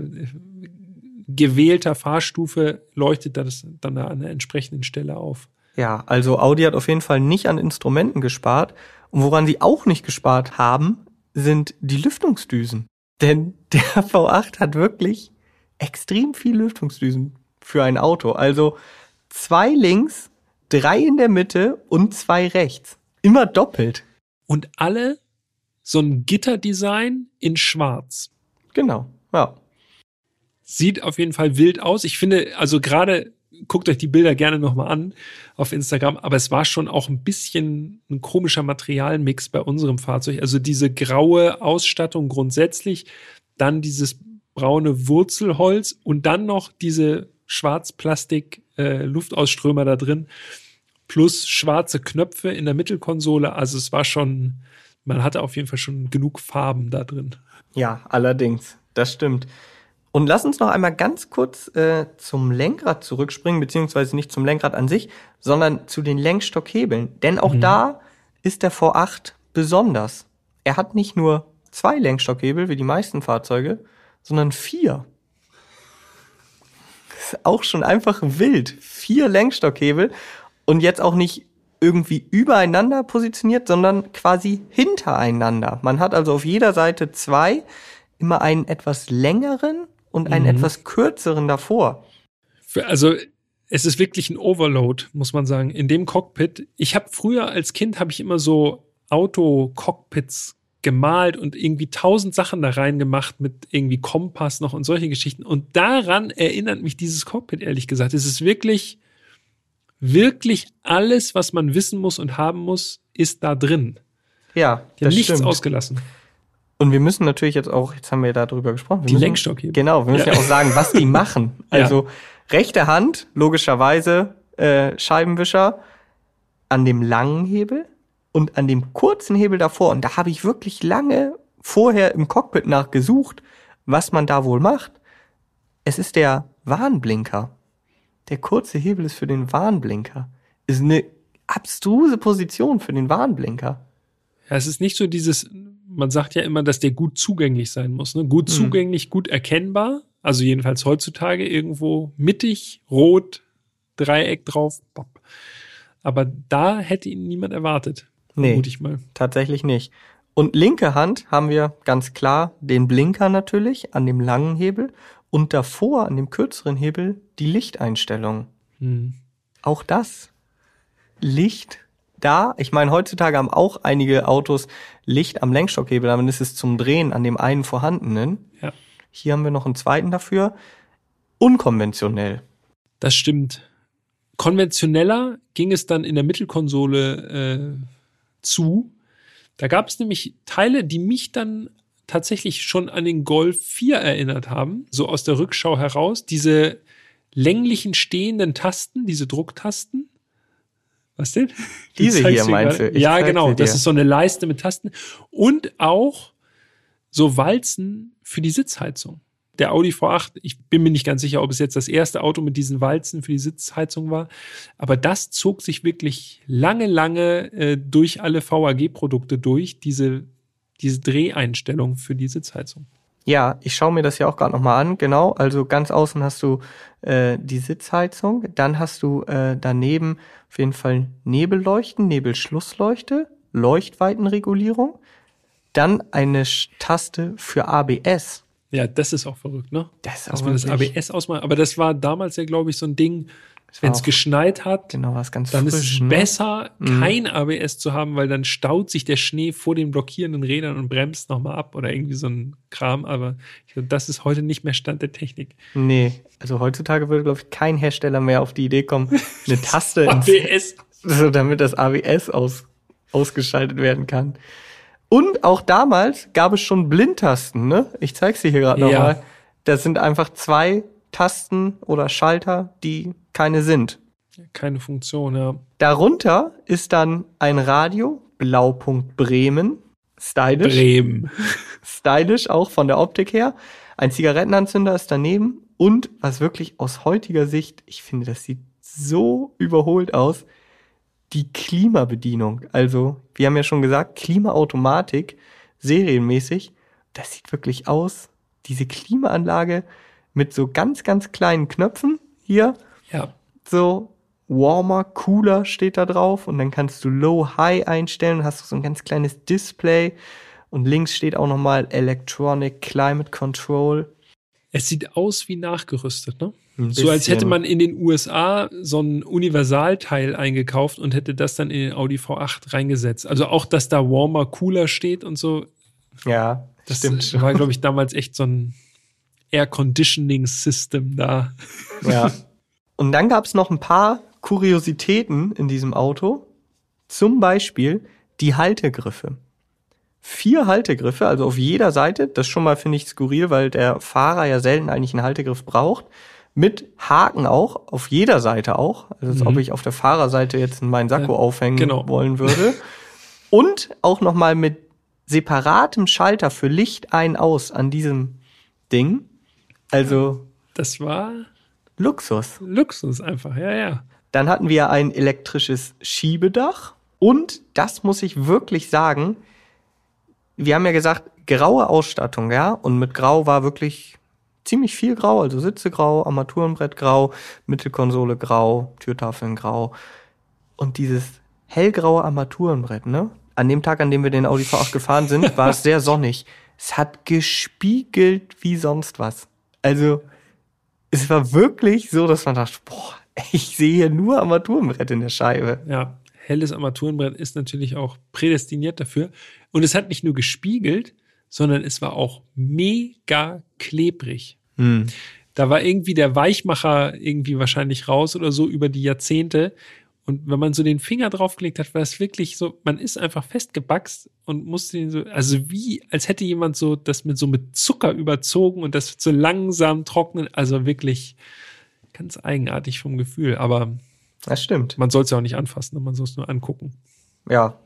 gewählter Fahrstufe leuchtet das dann da an der entsprechenden Stelle auf. Ja, also Audi hat auf jeden Fall nicht an Instrumenten gespart. Und woran sie auch nicht gespart haben, sind die Lüftungsdüsen. Denn der V acht hat wirklich extrem viel Lüftungsdüsen für ein Auto. Also zwei links, drei in der Mitte und zwei rechts. Immer doppelt. Und alle so ein Gitterdesign in schwarz. Genau, ja. Sieht auf jeden Fall wild aus. Ich finde, also gerade, guckt euch die Bilder gerne nochmal an auf Instagram, aber es war schon auch ein bisschen ein komischer Materialmix bei unserem Fahrzeug. Also diese graue Ausstattung grundsätzlich, dann dieses braune Wurzelholz und dann noch diese Schwarzplastik-Luftausströmer äh, da drin, plus schwarze Knöpfe in der Mittelkonsole. Also es war schon, man hatte auf jeden Fall schon genug Farben da drin. Ja, allerdings, das stimmt. Und lass uns noch einmal ganz kurz äh, zum Lenkrad zurückspringen, beziehungsweise nicht zum Lenkrad an sich, sondern zu den Lenkstockhebeln. Denn auch Mhm. da ist der V acht besonders. Er hat nicht nur zwei Lenkstockhebel, wie die meisten Fahrzeuge, sondern vier. Das ist auch schon einfach wild. Vier Lenkstockhebel und jetzt auch nicht irgendwie übereinander positioniert, sondern quasi hintereinander. Man hat also auf jeder Seite zwei, immer einen etwas längeren und einen Mhm. etwas kürzeren davor. Für, also es ist wirklich ein Overload, muss man sagen, in dem Cockpit. Ich habe früher als Kind habe ich immer so Auto-Cockpits gemalt und irgendwie tausend Sachen da reingemacht mit irgendwie Kompass noch und solche Geschichten. Und daran erinnert mich dieses Cockpit, ehrlich gesagt. Es ist wirklich, wirklich alles, was man wissen muss und haben muss, ist da drin. Ja, Die haben das nichts stimmt. ausgelassen. Und wir müssen natürlich jetzt auch, jetzt haben wir ja darüber gesprochen. Wir Die müssen, Lenkstockhebel. Genau, wir müssen ja. Ja. auch sagen, was die machen. Also rechte Hand, logischerweise äh, Scheibenwischer an dem langen Hebel und an dem kurzen Hebel davor. Und da habe ich wirklich lange vorher im Cockpit nachgesucht, was man da wohl macht. Es ist der Warnblinker. Der kurze Hebel ist für den Warnblinker. Ist eine abstruse Position für den Warnblinker. Ja, es ist nicht so dieses, man sagt ja immer, dass der gut zugänglich sein muss. Ne? Gut Mhm. zugänglich, gut erkennbar. Also jedenfalls heutzutage irgendwo mittig, rot, Dreieck drauf. Pop. Aber da hätte ihn niemand erwartet. Nee. Vermute ich mal. Tatsächlich nicht. Und linke Hand haben wir ganz klar den Blinker natürlich an dem langen Hebel und davor an dem kürzeren Hebel die Lichteinstellung. Hm. Auch das Licht da. Ich meine, heutzutage haben auch einige Autos Licht am Lenkstockhebel, aber das ist zum Drehen an dem einen vorhandenen. Ja. Hier haben wir noch einen zweiten dafür. Unkonventionell. Das stimmt. Konventioneller ging es dann in der Mittelkonsole äh, zu. Da gab es nämlich Teile, die mich dann tatsächlich schon an den Golf vier erinnert haben, so aus der Rückschau heraus. Diese länglichen stehenden Tasten, diese Drucktasten. Was denn? Diese hier meinst du? Ja, genau. Das ist so eine Leiste mit Tasten. Und auch so Walzen für die Sitzheizung. Der Audi V acht, ich bin mir nicht ganz sicher, ob es jetzt das erste Auto mit diesen Walzen für die Sitzheizung war, aber das zog sich wirklich lange, lange äh, durch alle V A G-Produkte durch, diese, diese Dreheinstellung für die Sitzheizung. Ja, ich schaue mir das ja auch gerade nochmal an, genau. Also ganz außen hast du äh, die Sitzheizung, dann hast du äh, daneben auf jeden Fall Nebelleuchten, Nebelschlussleuchte, Leuchtweitenregulierung, dann eine Taste für A B S. Ja, das ist auch verrückt, ne? Das ist auch Dass man das A B S ausmacht. Aber das war damals ja, glaube ich, so ein Ding, wenn es geschneit hat, genau, was ganz dann frisch, ist es ne? besser, Mhm. kein A B S zu haben, weil dann staut sich der Schnee vor den blockierenden Rädern und bremst nochmal ab oder irgendwie so ein Kram. Aber ich glaube, das ist heute nicht mehr Stand der Technik. Nee, also heutzutage würde, glaube ich, kein Hersteller mehr auf die Idee kommen, eine Taste A ins, B S. so damit das A B S aus, ausgeschaltet werden kann. Und auch damals gab es schon Blindtasten, ne? Ich zeig's dir hier gerade Ja. nochmal. Das sind einfach zwei Tasten oder Schalter, die keine sind. Keine Funktion, ja. Darunter ist dann ein Radio, Blaupunkt Bremen, stylisch. Bremen. Stylisch auch von der Optik her. Ein Zigarettenanzünder ist daneben und was wirklich aus heutiger Sicht, ich finde, das sieht so überholt aus, die Klimabedienung. Also, wir haben ja schon gesagt, Klimaautomatik, serienmäßig. Das sieht wirklich aus, diese Klimaanlage mit so ganz, ganz kleinen Knöpfen hier. Ja. So Warmer, Cooler steht da drauf und dann kannst du Low, High einstellen und hast so ein ganz kleines Display und links steht auch nochmal Electronic Climate Control. Es sieht aus wie nachgerüstet, ne? Ein So als hätte bisschen. man in den U S A so ein Universalteil eingekauft und hätte das dann in den Audi V acht reingesetzt. Also auch, dass da Warmer, Cooler steht und so. Ja, Das stimmt schon. war, glaube ich, damals echt so ein Air-Conditioning-System da. Ja. Und dann gab es noch ein paar Kuriositäten in diesem Auto. Zum Beispiel die Haltegriffe. Vier Haltegriffe, also auf jeder Seite. Das schon mal finde ich skurril, weil der Fahrer ja selten eigentlich einen Haltegriff braucht. Mit Haken auch, auf jeder Seite auch. Also als Mhm. ob ich auf der Fahrerseite jetzt meinen Sakko Ja, aufhängen genau. wollen würde. Und auch nochmal mit separatem Schalter für Licht ein, aus an diesem Ding. Also Das war Luxus. Luxus einfach, ja, ja. Dann hatten wir ein elektrisches Schiebedach. Und das muss ich wirklich sagen, wir haben ja gesagt, graue Ausstattung, ja. Und mit Grau war wirklich ziemlich viel Grau. Also Sitze grau, Armaturenbrett grau, Mittelkonsole grau, Türtafeln grau. Und dieses hellgraue Armaturenbrett, ne? An dem Tag, an dem wir den Audi V acht gefahren sind, war es sehr sonnig. Es hat gespiegelt wie sonst was. Also, es war wirklich so, dass man dachte, boah, ich sehe hier nur Armaturenbrett in der Scheibe. Ja, helles Armaturenbrett ist natürlich auch prädestiniert dafür. Und es hat nicht nur gespiegelt, sondern es war auch mega klebrig. Hm. Da war irgendwie der Weichmacher irgendwie wahrscheinlich raus oder so über die Jahrzehnte. Und wenn man so den Finger draufgelegt hat, war es wirklich so, man ist einfach festgebackst und musste den so, also wie, als hätte jemand so das mit so mit Zucker überzogen und das so langsam trocknen. Also wirklich ganz eigenartig vom Gefühl. Aber Das stimmt. man soll es ja auch nicht anfassen, man soll es nur angucken. Ja.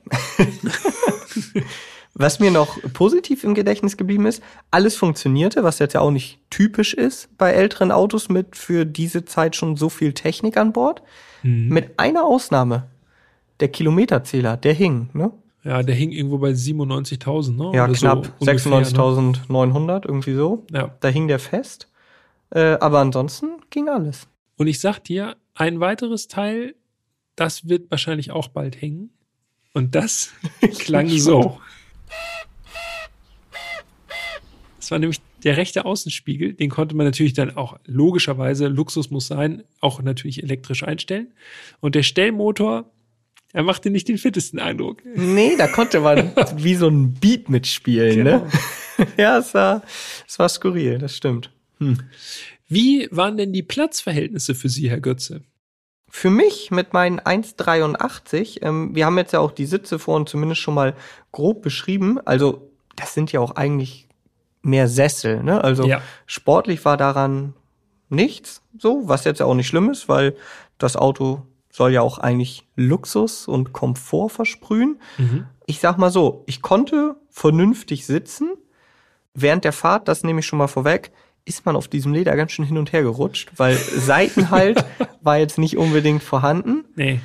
Was mir noch positiv im Gedächtnis geblieben ist, alles funktionierte, was jetzt ja auch nicht typisch ist bei älteren Autos mit für diese Zeit schon so viel Technik an Bord. Mhm. Mit einer Ausnahme. Der Kilometerzähler, der hing, ne? Ja, der hing irgendwo bei siebenundneunzigtausend, ne? Ja, Oder knapp so ungefähr, sechsundneunzigtausendneunhundert, irgendwie so. ne? Ja. Da hing der fest. Äh, aber ansonsten ging alles. Und ich sag dir, ein weiteres Teil, das wird wahrscheinlich auch bald hängen. Und das klang so. Das war nämlich der rechte Außenspiegel. Den konnte man natürlich dann auch logischerweise, Luxus muss sein, auch natürlich elektrisch einstellen. Und der Stellmotor, er machte nicht den fittesten Eindruck. Nee, da konnte man wie so ein Beat mitspielen, Genau. ne? Ja, es war, es war skurril, das stimmt. Hm. Wie waren denn die Platzverhältnisse für Sie, Herr Götze? Für mich mit meinen eins Komma dreiundachtzig, ähm, wir haben jetzt ja auch die Sitze vorhin zumindest schon mal grob beschrieben, also das sind ja auch eigentlich mehr Sessel, ne? Also Ja. sportlich war daran nichts, so, was jetzt ja auch nicht schlimm ist, weil das Auto soll ja auch eigentlich Luxus und Komfort versprühen. Mhm. Ich sag mal so, ich konnte vernünftig sitzen. Während der Fahrt, das nehme ich schon mal vorweg, ist man auf diesem Leder ganz schön hin und her gerutscht, weil Seitenhalt war jetzt nicht unbedingt vorhanden. Nee.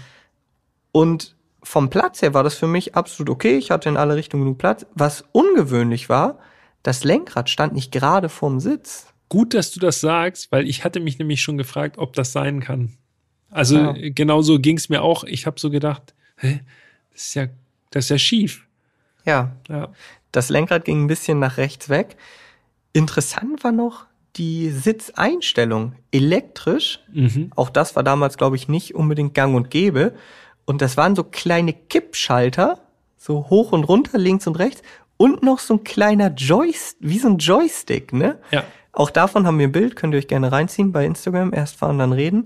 Und vom Platz her war das für mich absolut okay. Ich hatte in alle Richtungen genug Platz. Was ungewöhnlich war, das Lenkrad stand nicht gerade vorm Sitz. Gut, dass du das sagst, weil ich hatte mich nämlich schon gefragt, ob das sein kann. Also Ja. genau so ging es mir auch. Ich habe so gedacht, hä, das ist ja, das ist ja schief. Ja, Ja. das Lenkrad ging ein bisschen nach rechts weg. Interessant war noch die Sitzeinstellung. Elektrisch, Mhm. auch das war damals, glaube ich, nicht unbedingt gang und gäbe. Und das waren so kleine Kippschalter, so hoch und runter, links und rechts. Und noch so ein kleiner Joystick, wie so ein Joystick, ne? Ja. Auch davon haben wir ein Bild, könnt ihr euch gerne reinziehen bei Instagram, erst fahren, dann reden.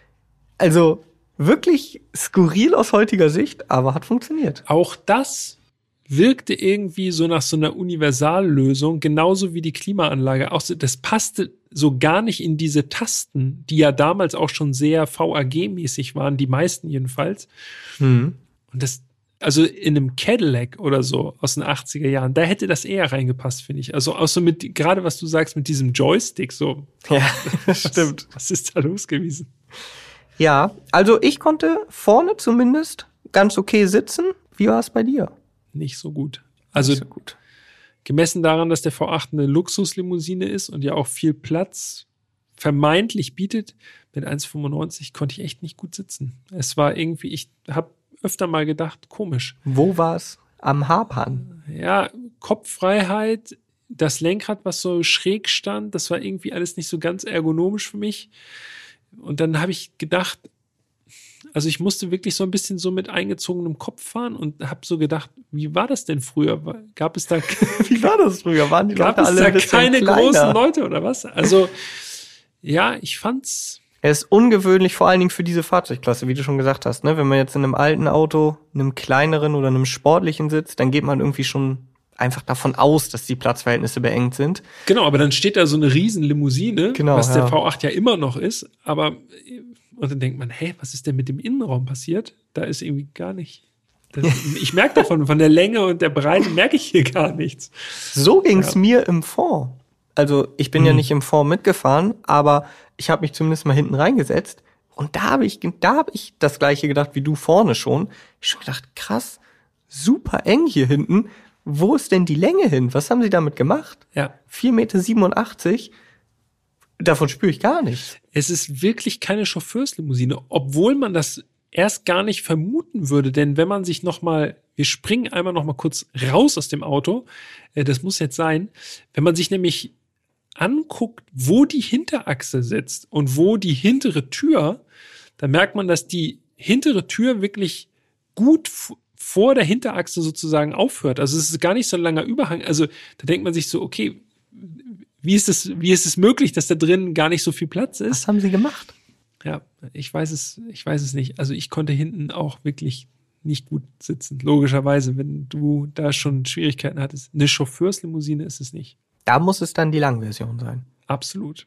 Also wirklich skurril aus heutiger Sicht, aber hat funktioniert. Auch das wirkte irgendwie so nach so einer Universallösung, genauso wie die Klimaanlage. Auch so, das passte so gar nicht in diese Tasten, die ja damals auch schon sehr V A G-mäßig waren, die meisten jedenfalls. Hm. Und das, also in einem Cadillac oder so aus den achtziger Jahren, da hätte das eher reingepasst, finde ich. Also auch so mit, gerade was du sagst, mit diesem Joystick, so. Ja, Was, stimmt. Was ist da los gewesen? Ja, also ich konnte vorne zumindest ganz okay sitzen. Wie war es bei dir? Nicht so gut. Also Nicht so gut. gemessen daran, dass der V acht eine Luxuslimousine ist und ja auch viel Platz vermeintlich bietet, mit eins Komma fünfundneunzig konnte ich echt nicht gut sitzen. Es war irgendwie, ich habe öfter mal gedacht, komisch. Wo war es? Am Hapern. Ja, Kopffreiheit, das Lenkrad, was so schräg stand, das war irgendwie alles nicht so ganz ergonomisch für mich. Und dann habe ich gedacht, also ich musste wirklich so ein bisschen so mit eingezogenem Kopf fahren und habe so gedacht, wie war das denn früher? Gab es da Wie war das früher? Waren die Gab Leute es alle da ein bisschen keine kleiner? großen Leute oder was? Also, ja, ich fand's. Er ist ungewöhnlich, vor allen Dingen für diese Fahrzeugklasse, wie du schon gesagt hast. Ne? Wenn man jetzt in einem alten Auto, einem kleineren oder einem sportlichen sitzt, dann geht man irgendwie schon einfach davon aus, dass die Platzverhältnisse beengt sind. Genau, aber dann steht da so eine riesen Limousine, Genau, was der ja. V acht ja immer noch ist. Aber, und dann denkt man, hä, was ist denn mit dem Innenraum passiert? Da ist irgendwie gar nicht. Das, ich merke davon, von der Länge und der Breite merke ich hier gar nichts. So ging's Ja. mir im Fond. Also ich bin ja Mhm. nicht im Fond mitgefahren, aber ich habe mich zumindest mal hinten reingesetzt und da habe ich, da habe ich das Gleiche gedacht wie du vorne schon. Ich schon gedacht, krass, super eng hier hinten. Wo ist denn die Länge hin? Was haben sie damit gemacht? Ja. vier Komma siebenundachtzig Meter. Davon spüre ich gar nichts. Es ist wirklich keine Chauffeurslimousine, obwohl man das erst gar nicht vermuten würde, denn wenn man sich noch mal, wir springen einmal noch mal kurz raus aus dem Auto, äh, das muss jetzt sein, wenn man sich nämlich anguckt, wo die Hinterachse sitzt und wo die hintere Tür, dann merkt man, dass die hintere Tür wirklich gut f- vor der Hinterachse sozusagen aufhört. Also es ist gar nicht so ein langer Überhang. Also da denkt man sich so, okay, wie ist es, wie ist es möglich, dass da drin gar nicht so viel Platz ist? Was haben sie gemacht? Ja, ich weiß es, ich weiß es nicht. Also ich konnte hinten auch wirklich nicht gut sitzen. Logischerweise, wenn du da schon Schwierigkeiten hattest. Eine Chauffeurslimousine ist es nicht. Da muss es dann die Langversion sein. Absolut.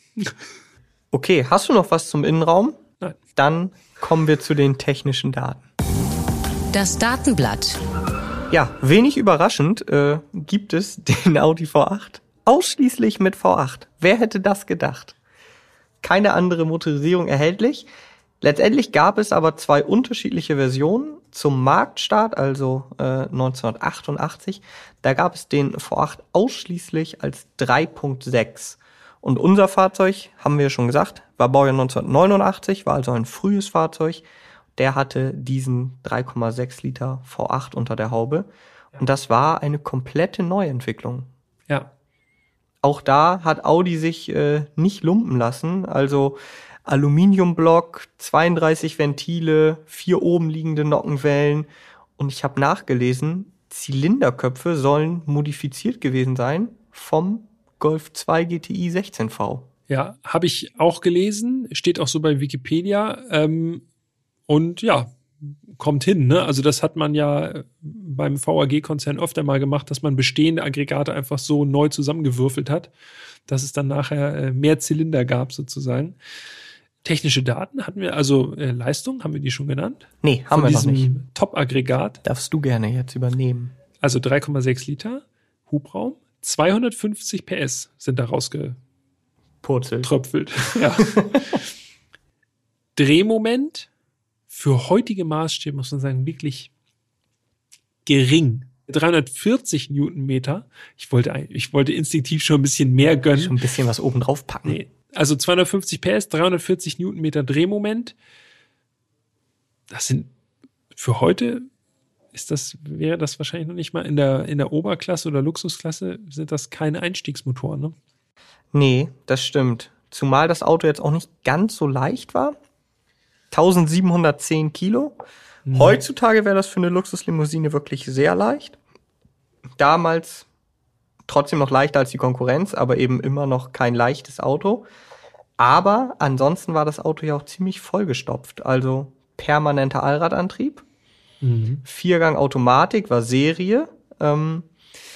Okay, hast du noch was zum Innenraum? Nein. Dann kommen wir zu den technischen Daten. Das Datenblatt. Ja, wenig überraschend äh, gibt es den Audi V acht ausschließlich mit V acht. Wer hätte das gedacht? Keine andere Motorisierung erhältlich. Letztendlich gab es aber zwei unterschiedliche Versionen. Zum Marktstart, also äh, neunzehnhundertachtundachtzig, da gab es den V acht ausschließlich als drei Punkt sechs. Und unser Fahrzeug, haben wir schon gesagt, war Baujahr neunzehnhundertneunundachtzig, war also ein frühes Fahrzeug. Der hatte diesen drei Komma sechs Liter V acht unter der Haube. Und das war eine komplette Neuentwicklung. Ja. auch da hat Audi sich äh, nicht lumpen lassen. Also Aluminiumblock, zweiunddreißig Ventile, vier oben liegende Nockenwellen. Und ich habe nachgelesen, Zylinderköpfe sollen modifiziert gewesen sein vom Golf zwei G T I sechzehn V. Ja, habe ich auch gelesen, steht auch so bei Wikipedia. Ähm, und ja, kommt hin, ne? Also das hat man ja beim V A G-Konzern öfter mal gemacht, dass man bestehende Aggregate einfach so neu zusammengewürfelt hat, dass es dann nachher äh, mehr Zylinder gab sozusagen. Technische Daten hatten wir, also äh, Leistung, haben wir die schon genannt? Nee, haben Von wir noch nicht. diesem Top-Aggregat. Darfst du gerne jetzt übernehmen. Also drei Komma sechs Liter Hubraum, zweihundertfünfzig P S sind da rausgetröpfelt. Purzelt. Ja. Drehmoment für heutige Maßstäbe, muss man sagen, wirklich gering. dreihundertvierzig Newtonmeter. Ich wollte, ich wollte instinktiv schon ein bisschen mehr gönnen. Schon ein bisschen was oben drauf packen. Nee. Also zweihundertfünfzig P S, dreihundertvierzig Newtonmeter Drehmoment. Das sind für heute ist das, wäre das wahrscheinlich noch nicht mal in der, in der Oberklasse oder Luxusklasse sind das keine Einstiegsmotoren, ne? Nee, das stimmt. Zumal das Auto jetzt auch nicht ganz so leicht war. eintausendsiebenhundertzehn Kilo. Mhm. Heutzutage wäre das für eine Luxuslimousine wirklich sehr leicht. Damals trotzdem noch leichter als die Konkurrenz, aber eben immer noch kein leichtes Auto. Aber ansonsten war das Auto ja auch ziemlich vollgestopft. Also permanenter Allradantrieb, mhm. Viergang Automatik war Serie. Ähm,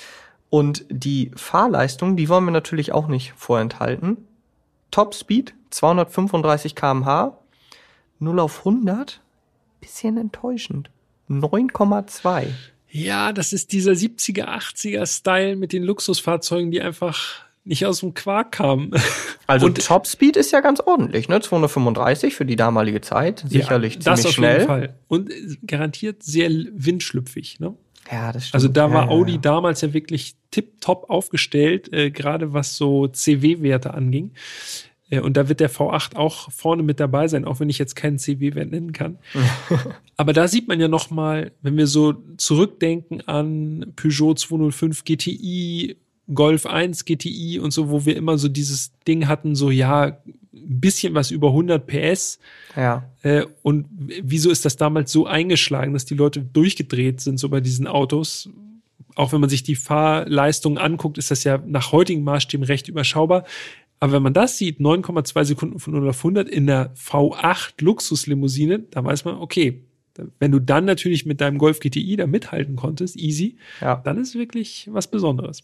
und die Fahrleistung, die wollen wir natürlich auch nicht vorenthalten. Topspeed, zweihundertfünfunddreißig Kilometer pro Stunde. null auf hundert, bisschen enttäuschend. neun Komma zwei. Ja, das ist dieser siebziger, achtziger Style mit den Luxusfahrzeugen, die einfach nicht aus dem Quark kamen. Also und Topspeed ist ja ganz ordentlich, ne? zweihundertfünfunddreißig für die damalige Zeit. Sicherlich ja, ziemlich das auf schnell. Jeden Fall. Und garantiert sehr windschlüpfig, ne? Ja, das stimmt. Also da war ja, Audi ja. damals ja wirklich tipptopp aufgestellt, äh, gerade was so C W-Werte anging. Äh, und da wird der V acht auch vorne mit dabei sein, auch wenn ich jetzt keinen C W-Wert nennen kann. Aber da sieht man ja noch mal, wenn wir so zurückdenken an Peugeot zweihundertfünf G T I, Golf eins G T I und so, wo wir immer so dieses Ding hatten, so ja, ein bisschen was über hundert P S. Ja. Äh, und wieso ist das damals so eingeschlagen, dass die Leute durchgedreht sind, so bei diesen Autos? Auch wenn man sich die Fahrleistung anguckt, ist das ja nach heutigen Maßstäben recht überschaubar. Aber wenn man das sieht, neun Komma zwei Sekunden von null auf hundert in der V acht Luxuslimousine, da weiß man, okay, wenn du dann natürlich mit deinem Golf G T I da mithalten konntest, easy, ja. Dann ist wirklich was Besonderes.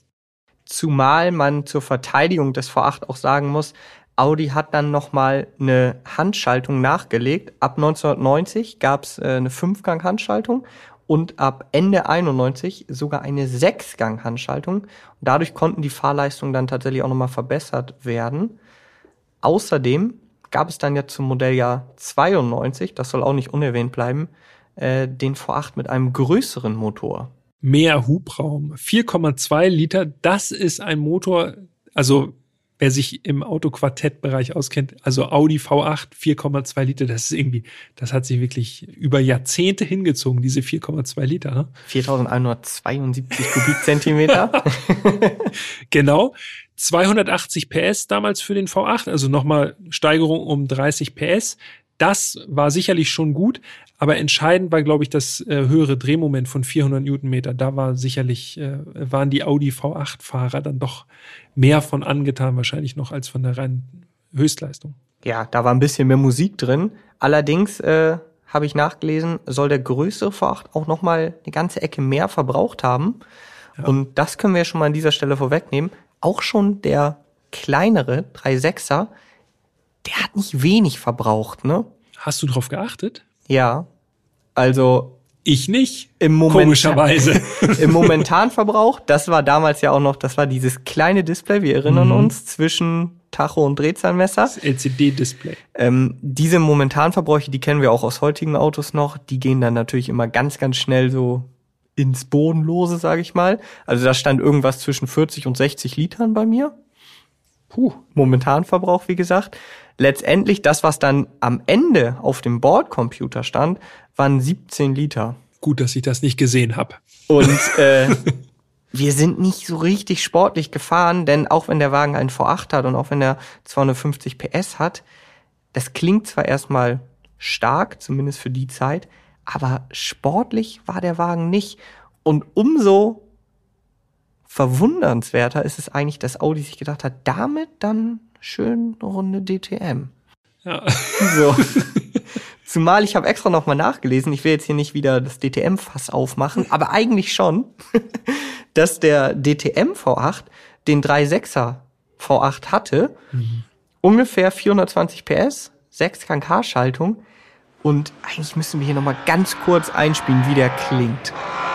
Zumal man zur Verteidigung des V acht auch sagen muss, Audi hat dann nochmal eine Handschaltung nachgelegt. Ab neunzehnhundertneunzig gab es äh, eine Fünfgang-Handschaltung und ab Ende einundneunzig sogar eine Sechsgang-Handschaltung. Und dadurch konnten die Fahrleistungen dann tatsächlich auch nochmal verbessert werden. Außerdem gab es dann ja zum Modelljahr zweiundneunzig, das soll auch nicht unerwähnt bleiben, äh, den V acht mit einem größeren Motor. Mehr Hubraum, vier Komma zwei Liter, das ist ein Motor, also wer sich im Autoquartettbereich auskennt, also Audi V acht, vier Komma zwei Liter, das ist irgendwie, das hat sich wirklich über Jahrzehnte hingezogen, diese vier Komma zwei Liter. Ne? viertausendeinhundertzweiundsiebzig Kubikzentimeter. Genau, zweihundertachtzig P S damals für den V acht, also nochmal Steigerung um dreißig P S. Das war sicherlich schon gut, aber entscheidend war, glaube ich, das äh, höhere Drehmoment von vierhundert Newtonmeter. Da war sicherlich, äh, waren die Audi V acht-Fahrer dann doch mehr von angetan, wahrscheinlich noch als von der reinen Höchstleistung. Ja, da war ein bisschen mehr Musik drin. Allerdings, äh, habe ich nachgelesen, soll der größere V acht auch noch mal eine ganze Ecke mehr verbraucht haben. Ja. Und das können wir schon mal an dieser Stelle vorwegnehmen. Auch schon der kleinere drei Komma sechser, der hat nicht wenig verbraucht, ne? Hast du drauf geachtet? Ja, also ich nicht, im Moment, komischerweise. Im Momentanverbrauch, das war damals ja auch noch, das war dieses kleine Display, wir erinnern mhm. uns, zwischen Tacho und Drehzahlmesser. Das L C D-Display. Ähm, diese Momentanverbräuche, die kennen wir auch aus heutigen Autos noch, die gehen dann natürlich immer ganz, ganz schnell so ins Bodenlose, sage ich mal. Also da stand irgendwas zwischen vierzig und sechzig Litern bei mir. Puh, Momentanverbrauch, wie gesagt. Letztendlich, das, was dann am Ende auf dem Bordcomputer stand, waren siebzehn Liter. Gut, dass ich das nicht gesehen habe. Und äh, wir sind nicht so richtig sportlich gefahren, denn auch wenn der Wagen einen V acht hat und auch wenn er zweihundertfünfzig P S hat, das klingt zwar erstmal stark, zumindest für die Zeit, aber sportlich war der Wagen nicht. Und umso verwundernswerter ist es eigentlich, dass Audi sich gedacht hat, damit dann schön eine Runde D T M. Ja. So. Zumal ich habe extra nochmal nachgelesen, ich will jetzt hier nicht wieder das D T M-Fass aufmachen, aber eigentlich schon, dass der D T M V acht den drei Komma sechser V acht hatte, mhm. ungefähr vierhundertzwanzig P S, sechs K K-Schaltung und eigentlich müssen wir hier nochmal ganz kurz einspielen, wie der klingt.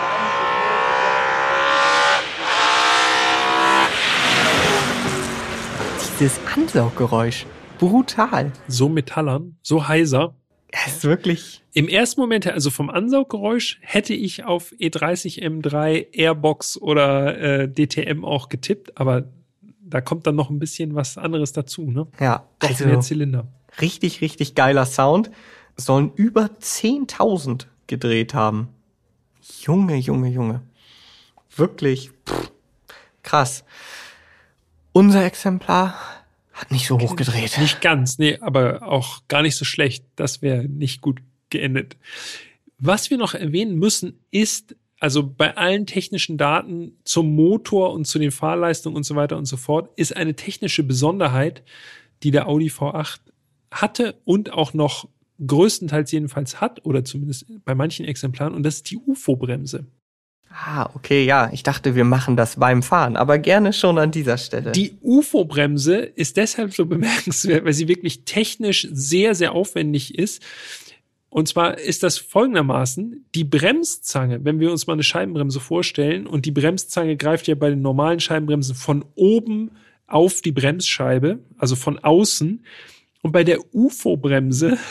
Dieses Ansauggeräusch, brutal. So metallern, so heiser. Es ist wirklich... Im ersten Moment, also vom Ansauggeräusch, hätte ich auf E dreißig M drei, Airbox oder äh, D T M auch getippt, aber da kommt dann noch ein bisschen was anderes dazu, ne? Ja, doch also mehr Zylinder. Richtig, richtig geiler Sound. Sollen über zehntausend gedreht haben. Junge, Junge, Junge. Wirklich pff, krass. Unser Exemplar hat nicht so hoch gedreht. Nicht ganz, nee, aber auch gar nicht so schlecht. Das wäre nicht gut geendet. Was wir noch erwähnen müssen, ist, also bei allen technischen Daten zum Motor und zu den Fahrleistungen und so weiter und so fort, ist eine technische Besonderheit, die der Audi V acht hatte und auch noch größtenteils jedenfalls hat, oder zumindest bei manchen Exemplaren, und das ist die U F O-Bremse. Ah, okay, ja. Ich dachte, wir machen das beim Fahren, aber gerne schon an dieser Stelle. Die U F O-Bremse ist deshalb so bemerkenswert, weil sie wirklich technisch sehr, sehr aufwendig ist. Und zwar ist das folgendermaßen: Die Bremszange, wenn wir uns mal eine Scheibenbremse vorstellen, und die Bremszange greift ja bei den normalen Scheibenbremsen von oben auf die Bremsscheibe, also von außen. Und bei der U F O-Bremse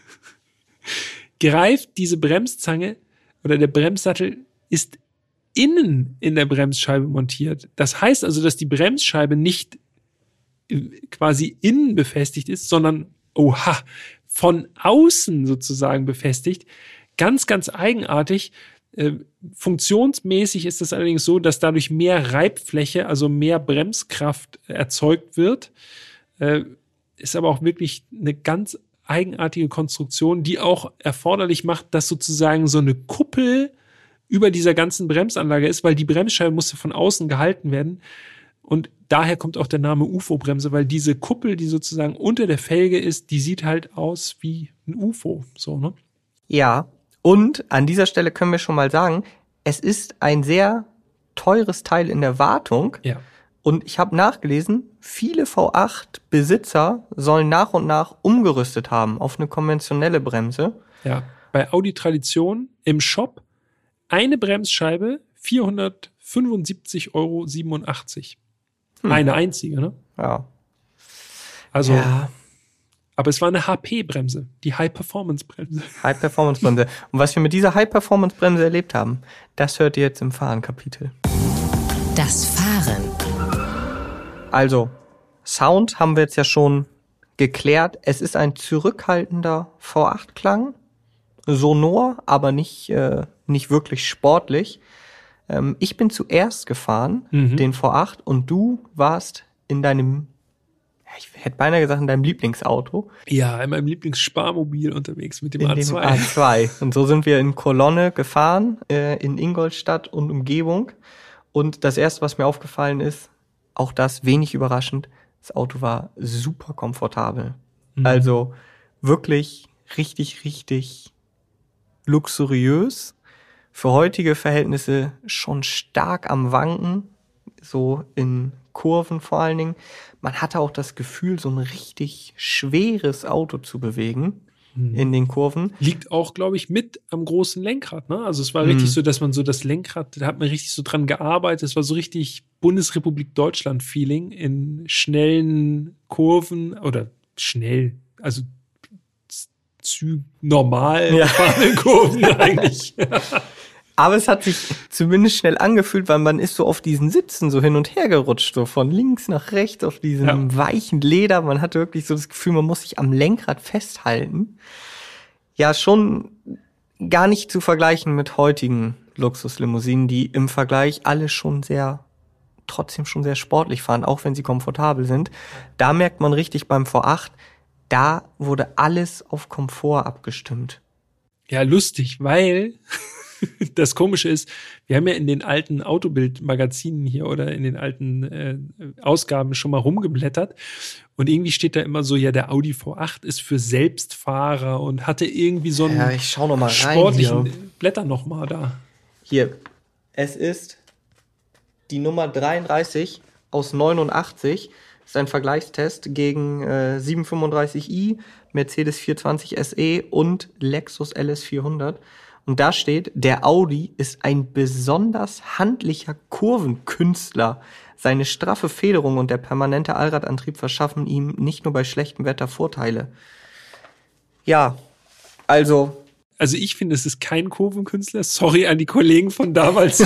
greift diese Bremszange oder der Bremssattel ist innen in der Bremsscheibe montiert. Das heißt also, dass die Bremsscheibe nicht quasi innen befestigt ist, sondern, oha, von außen sozusagen befestigt. Ganz, ganz eigenartig. Äh, funktionsmäßig ist es allerdings so, dass dadurch mehr Reibfläche, also mehr Bremskraft erzeugt wird. Äh, ist aber auch wirklich eine ganz eigenartige Konstruktion, die auch erforderlich macht, dass sozusagen so eine Kuppel über dieser ganzen Bremsanlage ist, weil die Bremsscheibe musste von außen gehalten werden. Und daher kommt auch der Name U F O-Bremse, weil diese Kuppel, die sozusagen unter der Felge ist, die sieht halt aus wie ein U F O. So, ne? Ja, und an dieser Stelle können wir schon mal sagen, es ist ein sehr teures Teil in der Wartung. Ja. Und ich habe nachgelesen, viele V acht Besitzer sollen nach und nach umgerüstet haben auf eine konventionelle Bremse. Ja, bei Audi Tradition im Shop eine Bremsscheibe, vierhundertfünfundsiebzig Euro siebenundachtzig. Hm. Eine einzige, ne? Ja. Also, ja. Aber es war eine H P-Bremse, die High-Performance-Bremse. High-Performance-Bremse. Und was wir mit dieser High-Performance-Bremse erlebt haben, das hört ihr jetzt im Fahren-Kapitel. Das Fahren. Also, Sound haben wir jetzt ja schon geklärt. Es ist ein zurückhaltender V acht-Klang. Sonor, aber nicht, äh, nicht wirklich sportlich. Ähm, ich bin zuerst gefahren, mhm. den V acht, und du warst in deinem, ich hätte beinahe gesagt, in deinem Lieblingsauto. Ja, in meinem Lieblingssparmobil unterwegs mit dem in A zwei. Dem A zwei. Und so sind wir in Kolonne gefahren, äh, in Ingolstadt und Umgebung. Und das erste, was mir aufgefallen ist, auch das wenig überraschend, das Auto war super komfortabel. Mhm. Also wirklich richtig, richtig luxuriös. Für heutige Verhältnisse schon stark am Wanken, so in Kurven vor allen Dingen. Man hatte auch das Gefühl, so ein richtig schweres Auto zu bewegen mhm. in den Kurven. Liegt auch, glaube ich, mit am großen Lenkrad, ne? Also es war mhm. richtig so, dass man so das Lenkrad, da hat man richtig so dran gearbeitet. Es war so richtig Bundesrepublik Deutschland-Feeling in schnellen Kurven oder schnell, also Züg normal ja. fahrenden Kurven eigentlich. Aber es hat sich zumindest schnell angefühlt, weil man ist so auf diesen Sitzen so hin und her gerutscht, so von links nach rechts auf diesem ja. weichen Leder. Man hatte wirklich so das Gefühl, man muss sich am Lenkrad festhalten. Ja, schon gar nicht zu vergleichen mit heutigen Luxuslimousinen, die im Vergleich alle schon sehr, trotzdem schon sehr sportlich fahren, auch wenn sie komfortabel sind. Da merkt man richtig beim V acht, da wurde alles auf Komfort abgestimmt. Ja, lustig, weil das Komische ist, wir haben ja in den alten Autobild-Magazinen hier oder in den alten äh, Ausgaben schon mal rumgeblättert und irgendwie steht da immer so, ja, der Audi V acht ist für Selbstfahrer und hatte irgendwie so einen ja, ich schau noch mal rein sportlichen hier. Blätter noch mal da. Hier, es ist die Nummer dreiunddreißig aus neunundachtzig. Das ist ein Vergleichstest gegen äh, siebenhundertfünfunddreißig i, Mercedes vierhundertzwanzig S E und Lexus L S vierhundert. Und da steht, der Audi ist ein besonders handlicher Kurvenkünstler. Seine straffe Federung und der permanente Allradantrieb verschaffen ihm nicht nur bei schlechtem Wetter Vorteile. Ja, also... Also ich finde, es ist kein Kurvenkünstler. Sorry an die Kollegen von damals.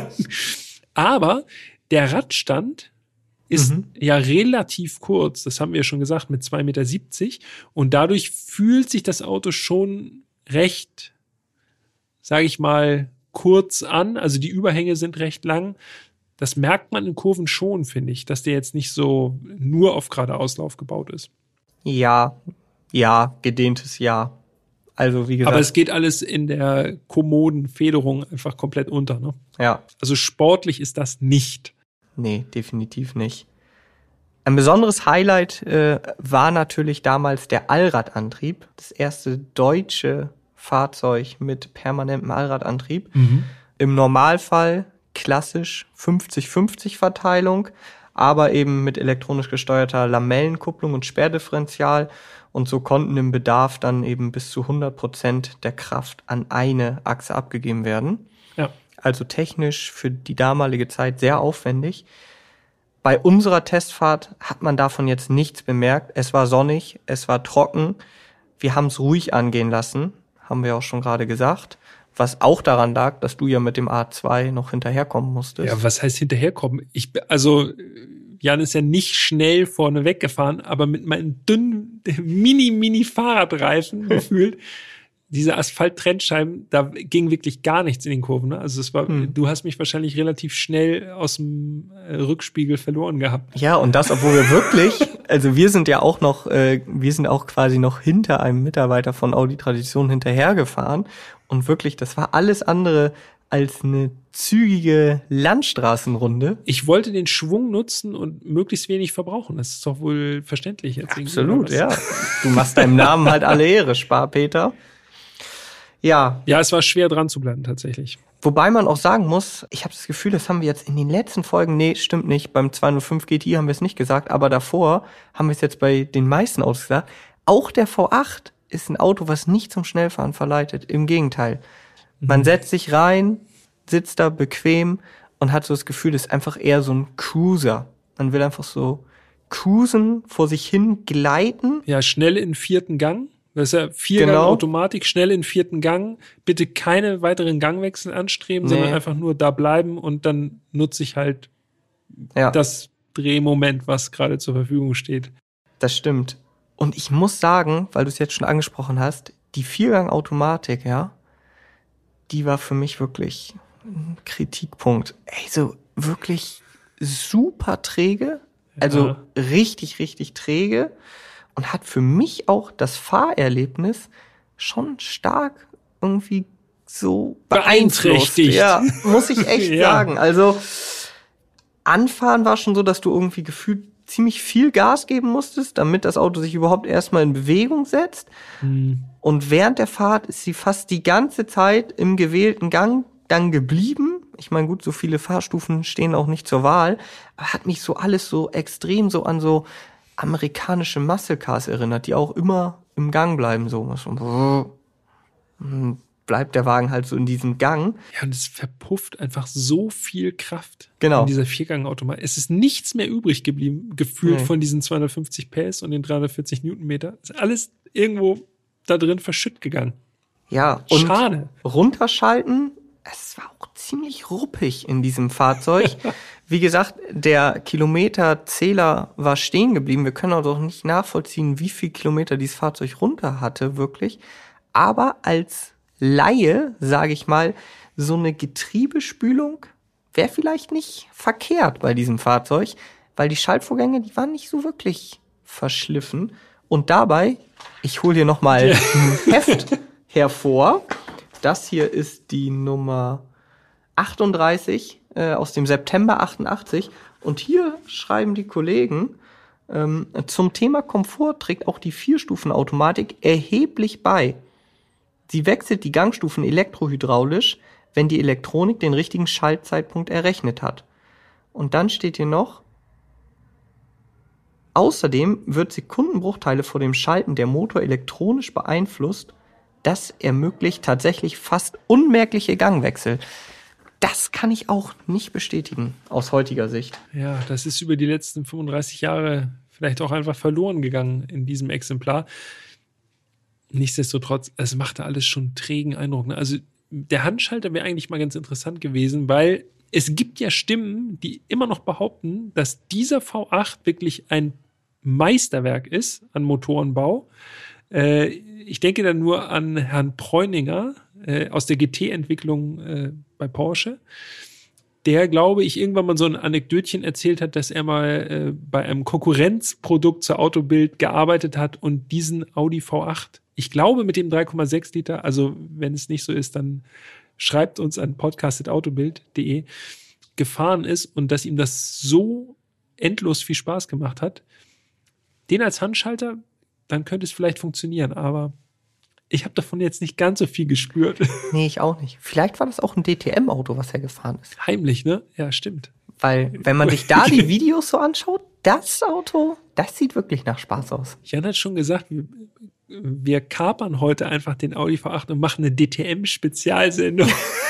Aber der Radstand ist mhm. ja relativ kurz. Das haben wir ja schon gesagt, mit zwei Komma siebzig Meter. Und dadurch fühlt sich das Auto schon recht, sage ich mal, kurz an. Also die Überhänge sind recht lang. Das merkt man in Kurven schon, finde ich, dass der jetzt nicht so nur auf geradeauslauf gebaut ist. Ja, ja, gedehntes Ja. Also wie gesagt. Aber es geht alles in der kommoden Federung einfach komplett unter, ne? Ja. Also sportlich ist das nicht. Nee, definitiv nicht. Ein besonderes Highlight äh, war natürlich damals der Allradantrieb. Das erste deutsche Fahrzeug mit permanentem Allradantrieb. Mhm. Im Normalfall klassisch fünfzig fünfzig Verteilung, aber eben mit elektronisch gesteuerter Lamellenkupplung und Sperrdifferential. Und so konnten im Bedarf dann eben bis zu hundert Prozent der Kraft an eine Achse abgegeben werden. Ja. Also technisch für die damalige Zeit sehr aufwendig. Bei unserer Testfahrt hat man davon jetzt nichts bemerkt. Es war sonnig, es war trocken. Wir haben es ruhig angehen lassen, haben wir auch schon gerade gesagt. Was auch daran lag, dass du ja mit dem A zwei noch hinterherkommen musstest. Ja, was heißt hinterherkommen? Ich, also, Jan ist ja nicht schnell vorne weggefahren, aber mit meinen dünnen Mini-Mini-Fahrradreifen gefühlt, diese Asphalt-Trennscheiben, da ging wirklich gar nichts in den Kurven. Ne? Also es war, hm. du hast mich wahrscheinlich relativ schnell aus dem Rückspiegel verloren gehabt. Ja, und das, obwohl wir wirklich, also wir sind ja auch noch, äh, wir sind auch quasi noch hinter einem Mitarbeiter von Audi Tradition hinterhergefahren. Und wirklich, das war alles andere als eine zügige Landstraßenrunde. Ich wollte den Schwung nutzen und möglichst wenig verbrauchen. Das ist doch wohl verständlich. Jetzt absolut, ja. Du machst deinem Namen halt alle Ehre, Sparpeter. Ja. Ja, es war schwer dran zu bleiben, tatsächlich. Wobei man auch sagen muss, ich habe das Gefühl, das haben wir jetzt in den letzten Folgen, nee, stimmt nicht, beim zweihundertfünf G T I haben wir es nicht gesagt, aber davor haben wir es jetzt bei den meisten Autos gesagt, auch der V acht ist ein Auto, was nicht zum Schnellfahren verleitet. Im Gegenteil. Man mhm. setzt sich rein, sitzt da bequem und hat so das Gefühl, das ist einfach eher so ein Cruiser. Man will einfach so cruisen, vor sich hin gleiten. Ja, schnell in vierten Gang. Das ist ja Viergang genau. Automatik, schnell in vierten Gang. Bitte keine weiteren Gangwechsel anstreben, nee. sondern einfach nur da bleiben und dann nutze ich halt ja. das Drehmoment, was gerade zur Verfügung steht. Das stimmt. Und ich muss sagen, weil du es jetzt schon angesprochen hast, die Viergang-Automatik, ja, die war für mich wirklich ein Kritikpunkt. Ey, so wirklich super träge, also ja. richtig, richtig träge und hat für mich auch das Fahrerlebnis schon stark irgendwie so beeinträchtigt. Ja, muss ich echt ja. sagen. Also Anfahren war schon so, dass du irgendwie gefühlt ziemlich viel Gas geben musstest, damit das Auto sich überhaupt erstmal in Bewegung setzt. Mhm. Und während der Fahrt ist sie fast die ganze Zeit im gewählten Gang dann geblieben. Ich meine, gut, so viele Fahrstufen stehen auch nicht zur Wahl, aber hat mich so alles so extrem so an so amerikanische Muscle Cars erinnert, die auch immer im Gang bleiben, so. Und bleibt der Wagen halt so in diesem Gang. Ja, und es verpufft einfach so viel Kraft genau. in dieser Viergang-Automatik. Es ist nichts mehr übrig geblieben, gefühlt nee. von diesen zweihundertfünfzig P S und den dreihundertvierzig Newtonmeter. Ist alles irgendwo da drin verschütt gegangen. Ja, und schade. Runterschalten, es war auch ziemlich ruppig in diesem Fahrzeug. Wie gesagt, der Kilometerzähler war stehen geblieben. Wir können also auch nicht nachvollziehen, wie viel Kilometer dieses Fahrzeug runter hatte, wirklich. Aber als Laie, sage ich mal, so eine Getriebespülung wäre vielleicht nicht verkehrt bei diesem Fahrzeug, weil die Schaltvorgänge, die waren nicht so wirklich verschliffen. Und dabei, ich hole hier nochmal ja. ein Heft hervor. Das hier ist die Nummer achtunddreißig äh, aus dem September achtundachtzig. Und hier schreiben die Kollegen, ähm, zum Thema Komfort trägt auch die Vierstufen-Automatik erheblich bei. Sie wechselt die Gangstufen elektrohydraulisch, wenn die Elektronik den richtigen Schaltzeitpunkt errechnet hat. Und dann steht hier noch, außerdem wird Sekundenbruchteile vor dem Schalten der Motor elektronisch beeinflusst. Das ermöglicht tatsächlich fast unmerkliche Gangwechsel. Das kann ich auch nicht bestätigen, aus heutiger Sicht. Ja, das ist über die letzten fünfunddreißig Jahre vielleicht auch einfach verloren gegangen in diesem Exemplar. Nichtsdestotrotz, es machte alles schon trägen Eindruck. Ne? Also der Handschalter wäre eigentlich mal ganz interessant gewesen, weil es gibt ja Stimmen, die immer noch behaupten, dass dieser V acht wirklich ein Meisterwerk ist an Motorenbau. Äh, ich denke dann nur an Herrn Preuninger äh, aus der G T-Entwicklung äh, bei Porsche, der, glaube ich, irgendwann mal so ein Anekdötchen erzählt hat, dass er mal äh, bei einem Konkurrenzprodukt zur Autobild gearbeitet hat und diesen Audi V acht, ich glaube mit dem drei Komma sechs Liter, also wenn es nicht so ist, dann schreibt uns an podcast punkt autobild punkt de, gefahren ist und dass ihm das so endlos viel Spaß gemacht hat. Den als Handschalter, dann könnte es vielleicht funktionieren, aber ich habe davon jetzt nicht ganz so viel gespürt. Nee, ich auch nicht. Vielleicht war das auch ein D T M-Auto, was er gefahren ist. Heimlich, ne? Ja, stimmt. Weil, wenn man sich da die Videos so anschaut, das Auto, das sieht wirklich nach Spaß aus. Jan hat schon gesagt, wir, wir kapern heute einfach den Audi V acht und machen eine D T M-Spezialsendung.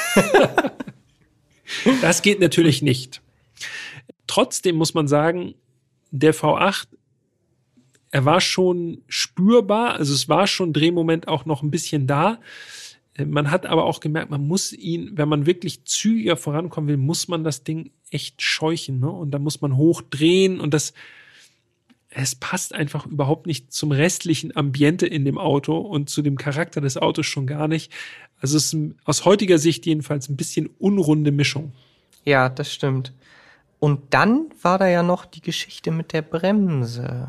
Das geht natürlich nicht. Trotzdem muss man sagen, der V acht, er war schon spürbar, also es war schon Drehmoment auch noch ein bisschen da. Man hat aber auch gemerkt, man muss ihn, wenn man wirklich zügiger vorankommen will, muss man das Ding echt scheuchen, ne? Und da muss man hochdrehen und das, es passt einfach überhaupt nicht zum restlichen Ambiente in dem Auto und zu dem Charakter des Autos schon gar nicht. Also es ist ein, aus heutiger Sicht jedenfalls ein bisschen unrunde Mischung. Ja, das stimmt. Und dann war da ja noch die Geschichte mit der Bremse.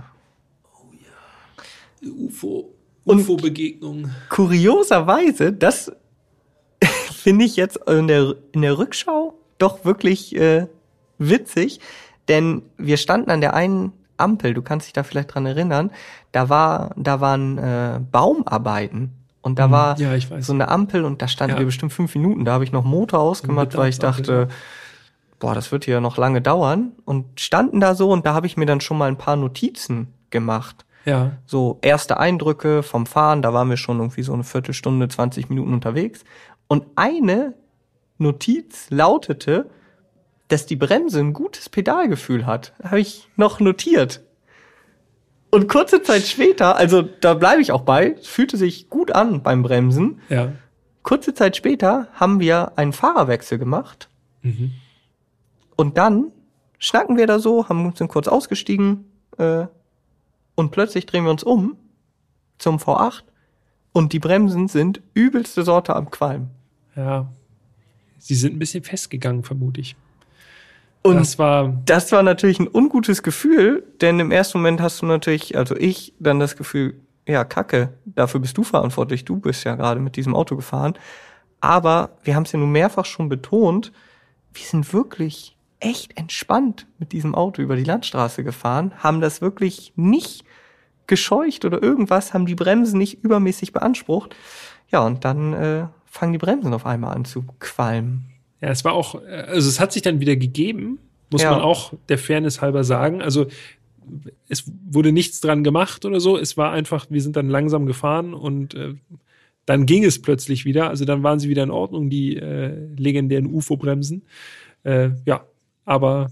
U F O, U F O-Begegnung. Kurioserweise, das finde ich jetzt in der, in der Rückschau doch wirklich äh, witzig, denn wir standen an der einen Ampel, du kannst dich da vielleicht dran erinnern, da war, da waren äh, Baumarbeiten und da hm, war ja, ich weiß. so eine Ampel und da standen ja. wir bestimmt fünf Minuten, da habe ich noch Motor ausgemacht, weil ich dachte, boah, das wird hier noch lange dauern und standen da so und da habe ich mir dann schon mal ein paar Notizen gemacht. Ja. So erste Eindrücke vom Fahren, da waren wir schon irgendwie so eine Viertelstunde, zwanzig Minuten unterwegs. Und eine Notiz lautete, dass die Bremse ein gutes Pedalgefühl hat. Habe ich noch notiert. Und kurze Zeit später, also da bleibe ich auch bei, es fühlte sich gut an beim Bremsen. Ja. Kurze Zeit später haben wir einen Fahrerwechsel gemacht. Mhm. Und dann schnacken wir da so, haben uns dann kurz ausgestiegen, äh, und plötzlich drehen wir uns um zum V acht und die Bremsen sind übelste Sorte am Qualm. Ja, sie sind ein bisschen festgegangen, vermute ich. Und das war, das war natürlich ein ungutes Gefühl, denn im ersten Moment hast du natürlich, also ich, dann das Gefühl, ja, Kacke, dafür bist du verantwortlich, du bist ja gerade mit diesem Auto gefahren. Aber wir haben es ja nun mehrfach schon betont, wir sind wirklich echt entspannt mit diesem Auto über die Landstraße gefahren, haben das wirklich nicht gescheucht oder irgendwas, haben die Bremsen nicht übermäßig beansprucht. Ja, und dann äh, fangen die Bremsen auf einmal an zu qualmen. Ja, es war auch, also es hat sich dann wieder gegeben, muss ja. man auch der Fairness halber sagen. Also es wurde nichts dran gemacht oder so. Es war einfach, wir sind dann langsam gefahren und äh, dann ging es plötzlich wieder. Also dann waren sie wieder in Ordnung, die äh, legendären U F O-Bremsen. Äh, ja, aber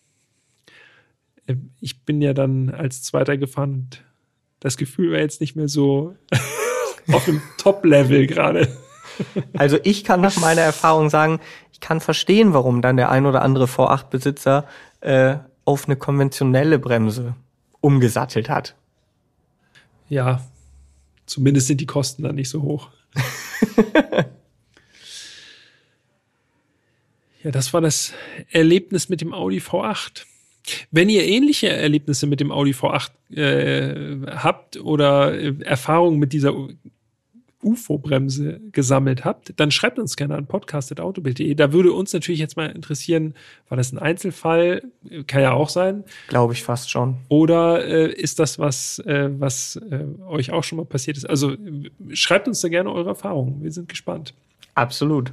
äh, ich bin ja dann als Zweiter gefahren und das Gefühl war jetzt nicht mehr so auf dem Top-Level gerade. Also ich kann nach meiner Erfahrung sagen, ich kann verstehen, warum dann der ein oder andere V acht Besitzer äh, auf eine konventionelle Bremse umgesattelt hat. Ja, zumindest sind die Kosten dann nicht so hoch. Ja, das war das Erlebnis mit dem Audi V acht. Wenn ihr ähnliche Erlebnisse mit dem Audi V acht äh, habt oder äh, Erfahrungen mit dieser U F O-Bremse gesammelt habt, dann schreibt uns gerne an podcast punkt autobild punkt de. Da würde uns natürlich jetzt mal interessieren, war das ein Einzelfall? Kann ja auch sein. Glaube ich fast schon. Oder äh, ist das was, äh, was äh, euch auch schon mal passiert ist? Also schreibt uns da gerne eure Erfahrungen. Wir sind gespannt. Absolut.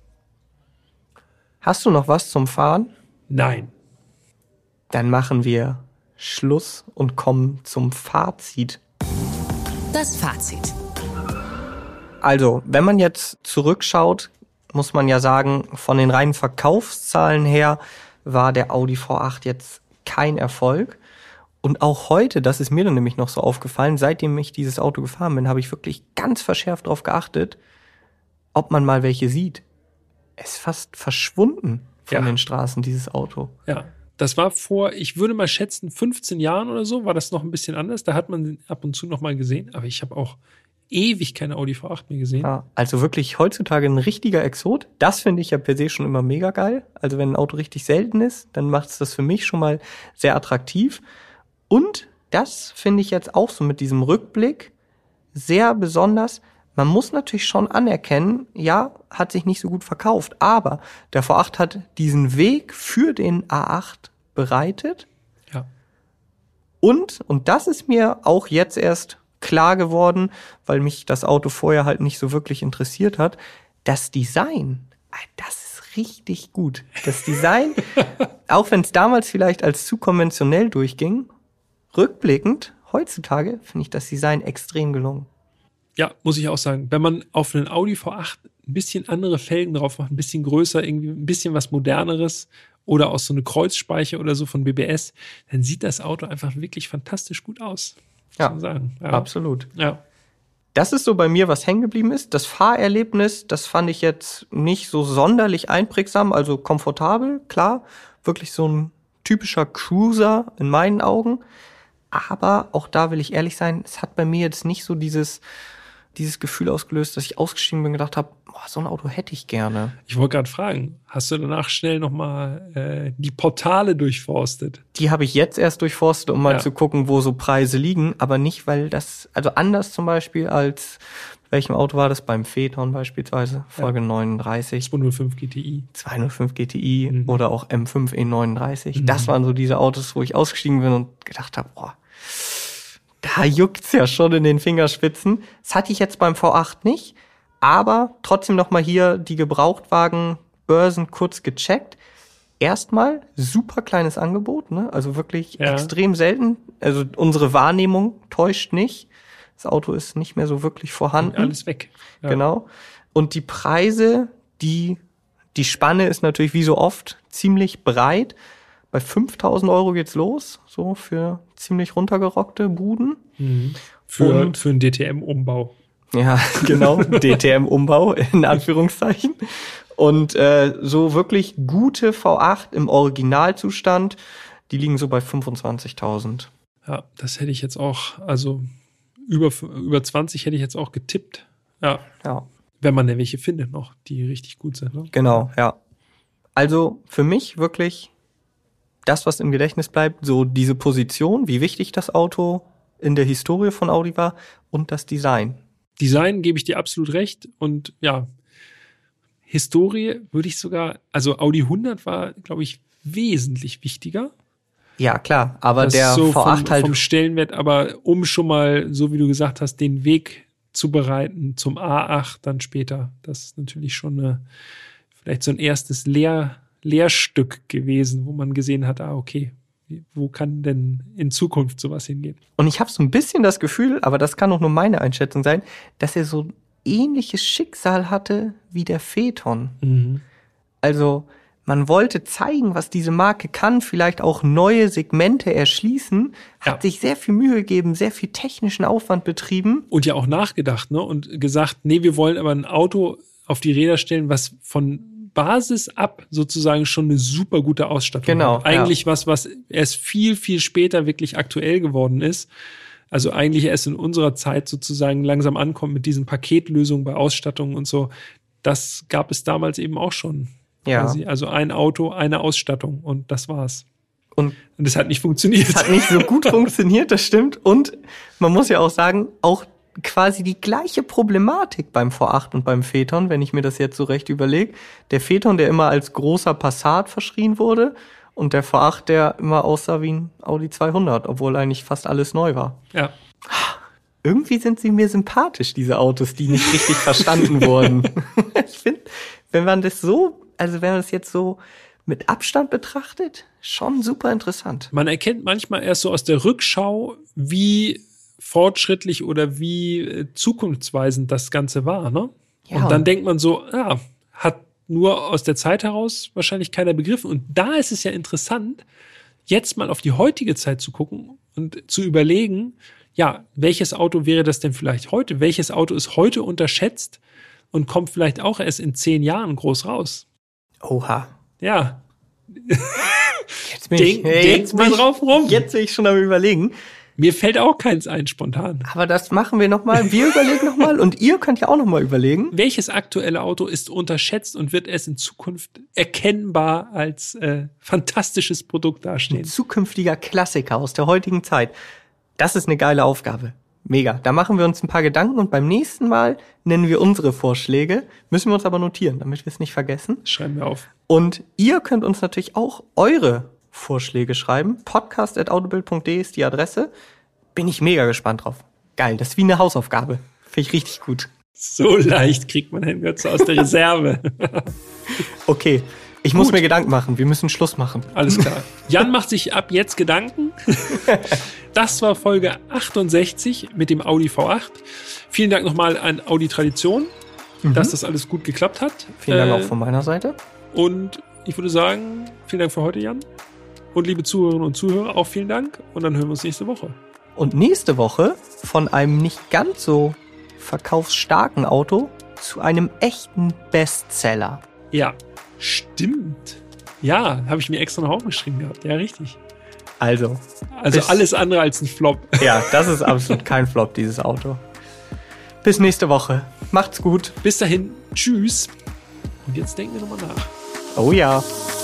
Hast du noch was zum Fahren? Nein. Dann machen wir Schluss und kommen zum Fazit. Das Fazit. Also, wenn man jetzt zurückschaut, muss man ja sagen, von den reinen Verkaufszahlen her war der Audi V acht jetzt kein Erfolg. Und auch heute, das ist mir dann nämlich noch so aufgefallen, seitdem ich dieses Auto gefahren bin, habe ich wirklich ganz verschärft darauf geachtet, ob man mal welche sieht. Es ist fast verschwunden von Ja. den Straßen, dieses Auto. Ja, das war vor, ich würde mal schätzen, fünfzehn Jahren oder so, war das noch ein bisschen anders. Da hat man den ab und zu noch mal gesehen. Aber ich habe auch ewig keine Audi V acht mehr gesehen. Ja, also wirklich heutzutage ein richtiger Exot. Das finde ich ja per se schon immer mega geil. Also wenn ein Auto richtig selten ist, dann macht es das für mich schon mal sehr attraktiv. Und das finde ich jetzt auch so mit diesem Rückblick sehr besonders. Man muss natürlich schon anerkennen, ja, hat sich nicht so gut verkauft, aber der V acht hat diesen Weg für den A acht bereitet. Ja. Und, und das ist mir auch jetzt erst klar geworden, weil mich das Auto vorher halt nicht so wirklich interessiert hat, das Design, das ist richtig gut. Das Design, auch wenn es damals vielleicht als zu konventionell durchging, rückblickend, heutzutage finde ich das Design extrem gelungen. Ja, muss ich auch sagen. Wenn man auf einen Audi V acht ein bisschen andere Felgen drauf macht, ein bisschen größer, irgendwie ein bisschen was Moderneres oder auch so eine Kreuzspeiche oder so von B B S, dann sieht das Auto einfach wirklich fantastisch gut aus. Muss Ja, man sagen. Ja, absolut. Ja. Das ist so bei mir, was hängen geblieben ist. Das Fahrerlebnis, das fand ich jetzt nicht so sonderlich einprägsam, also komfortabel, klar. Wirklich so ein typischer Cruiser in meinen Augen. Aber auch da will ich ehrlich sein, es hat bei mir jetzt nicht so dieses, dieses Gefühl ausgelöst, dass ich ausgestiegen bin und gedacht habe, boah, so ein Auto hätte ich gerne. Ich wollte gerade fragen, hast du danach schnell nochmal äh, die Portale durchforstet? Die habe ich jetzt erst durchforstet, um mal Ja. zu gucken, wo so Preise liegen, aber nicht, weil das, also anders zum Beispiel als, welchem Auto war das? Beim Phaeton beispielsweise, Folge neununddreißig, zweihundertfund G T I. zweihundertfünf G T I Mhm. oder auch M fünf E neununddreißig. Mhm. Das waren so diese Autos, wo ich ausgestiegen bin und gedacht habe, boah, da juckt's ja schon in den Fingerspitzen. Das hatte ich jetzt beim V acht nicht, aber trotzdem noch mal hier die Gebrauchtwagenbörsen kurz gecheckt. Erstmal super kleines Angebot, ne? Also wirklich Ja. extrem selten. Also unsere Wahrnehmung täuscht nicht. Das Auto ist nicht mehr so wirklich vorhanden. Alles weg. Ja. Genau. Und die Preise, die, die Spanne ist natürlich wie so oft ziemlich breit. Bei fünftausend Euro geht's los, so für ziemlich runtergerockte Buden. Mhm. Für, Und- für einen D T M-Umbau. Ja, genau, D T M-Umbau in Anführungszeichen. Und äh, so wirklich gute V acht im Originalzustand, die liegen so bei fünfundzwanzigtausend. Ja, das hätte ich jetzt auch, also über, über zwanzig hätte ich jetzt auch getippt. Ja, Ja, wenn man denn welche findet noch, die richtig gut sind. Ne? genau, ja. Also für mich wirklich das, was im Gedächtnis bleibt, so diese Position, wie wichtig das Auto in der Historie von Audi war und das Design. Design gebe ich dir absolut recht. Und ja, Historie würde ich sogar, also Audi hundert war, glaube ich, wesentlich wichtiger. Ja, klar, aber Das der ist so V acht vom, halt vom Stellenwert, aber um schon mal, so wie du gesagt hast, den Weg zu bereiten zum A acht dann später, das ist natürlich schon eine, vielleicht so ein erstes Lehr, Lehrstück gewesen, wo man gesehen hat, ah, okay, wie- wo kann denn in Zukunft sowas hingehen? Und ich habe so ein bisschen das Gefühl, aber das kann auch nur meine Einschätzung sein, dass er so ein ähnliches Schicksal hatte wie der Phaeton. Mhm. Also man wollte zeigen, was diese Marke kann, vielleicht auch neue Segmente erschließen, hat Ja. sich sehr viel Mühe gegeben, sehr viel technischen Aufwand betrieben. Und ja auch nachgedacht, ne? Und gesagt, nee, wir wollen aber ein Auto auf die Räder stellen, was von Basis ab sozusagen schon eine super gute Ausstattung Genau, hat. Eigentlich was, was erst viel, viel später wirklich aktuell geworden ist. also eigentlich erst in unserer Zeit sozusagen langsam ankommt mit diesen Paketlösungen bei Ausstattungen und so. Das gab es damals eben auch schon. Ja. Quasi. Also ein Auto, eine Ausstattung und das war's. Und, und das hat nicht funktioniert. Es hat nicht so gut funktioniert, das stimmt. Und man muss ja auch sagen, auch quasi die gleiche Problematik beim V acht und beim Phaeton, wenn ich mir das jetzt so recht überlege. Der Phaeton, der immer als großer Passat verschrien wurde, und der V acht, der immer aussah wie ein Audi zweihundert, obwohl eigentlich fast alles neu war. Ja. Irgendwie sind sie mir sympathisch, diese Autos, die nicht richtig verstanden wurden. Ich finde, wenn man das so, also wenn man das jetzt so mit Abstand betrachtet, schon super interessant. Man erkennt manchmal erst so aus der Rückschau, wie fortschrittlich oder wie zukunftsweisend das Ganze war, ne? Ja. Und dann denkt man so, ja, hat nur aus der Zeit heraus wahrscheinlich keiner begriffen. Und da ist es ja interessant, jetzt mal auf die heutige Zeit zu gucken und zu überlegen, ja, welches Auto wäre das denn vielleicht heute? Welches Auto ist heute unterschätzt und kommt vielleicht auch erst in zehn Jahren groß raus? Oha. Ja. Jetzt bin ich, denk denk jetzt mal bin ich, drauf rum. Jetzt will ich schon am Überlegen. Mir fällt auch keins ein spontan. Aber das machen wir nochmal. Wir überlegen nochmal und ihr könnt ja auch nochmal überlegen. Welches aktuelle Auto ist unterschätzt und wird erst in Zukunft erkennbar als äh, fantastisches Produkt dastehen? Ein zukünftiger Klassiker aus der heutigen Zeit. Das ist eine geile Aufgabe. Mega. Da machen wir uns ein paar Gedanken und beim nächsten Mal nennen wir unsere Vorschläge. Müssen wir uns aber notieren, damit wir es nicht vergessen. Schreiben wir auf. Und ihr könnt uns natürlich auch eure Vorschläge schreiben. podcast at autobild punkt de ist die Adresse. Bin ich mega gespannt drauf. Geil, das ist wie eine Hausaufgabe. Finde ich richtig gut. So leicht kriegt man Herrn Götze aus der Reserve. Okay, ich Gut. muss mir Gedanken machen. Wir müssen Schluss machen. Alles klar. Jan macht sich ab jetzt Gedanken. Das war Folge achtundsechzig mit dem Audi V acht. Vielen Dank nochmal an Audi Tradition, mhm. dass das alles gut geklappt hat. Vielen Dank äh, auch von meiner Seite. Und ich würde sagen, vielen Dank für heute, Jan. Und liebe Zuhörerinnen und Zuhörer, auch vielen Dank. Und dann hören wir uns nächste Woche. Und nächste Woche von einem nicht ganz so verkaufsstarken Auto zu einem echten Bestseller. Ja, stimmt. Ja, habe ich mir extra noch aufgeschrieben gehabt. Ja, richtig. Also. Also alles andere als ein Flop. Ja, das ist absolut kein Flop, dieses Auto. Bis nächste Woche. Macht's gut. Bis dahin. Tschüss. Und jetzt denken wir nochmal nach. Oh ja.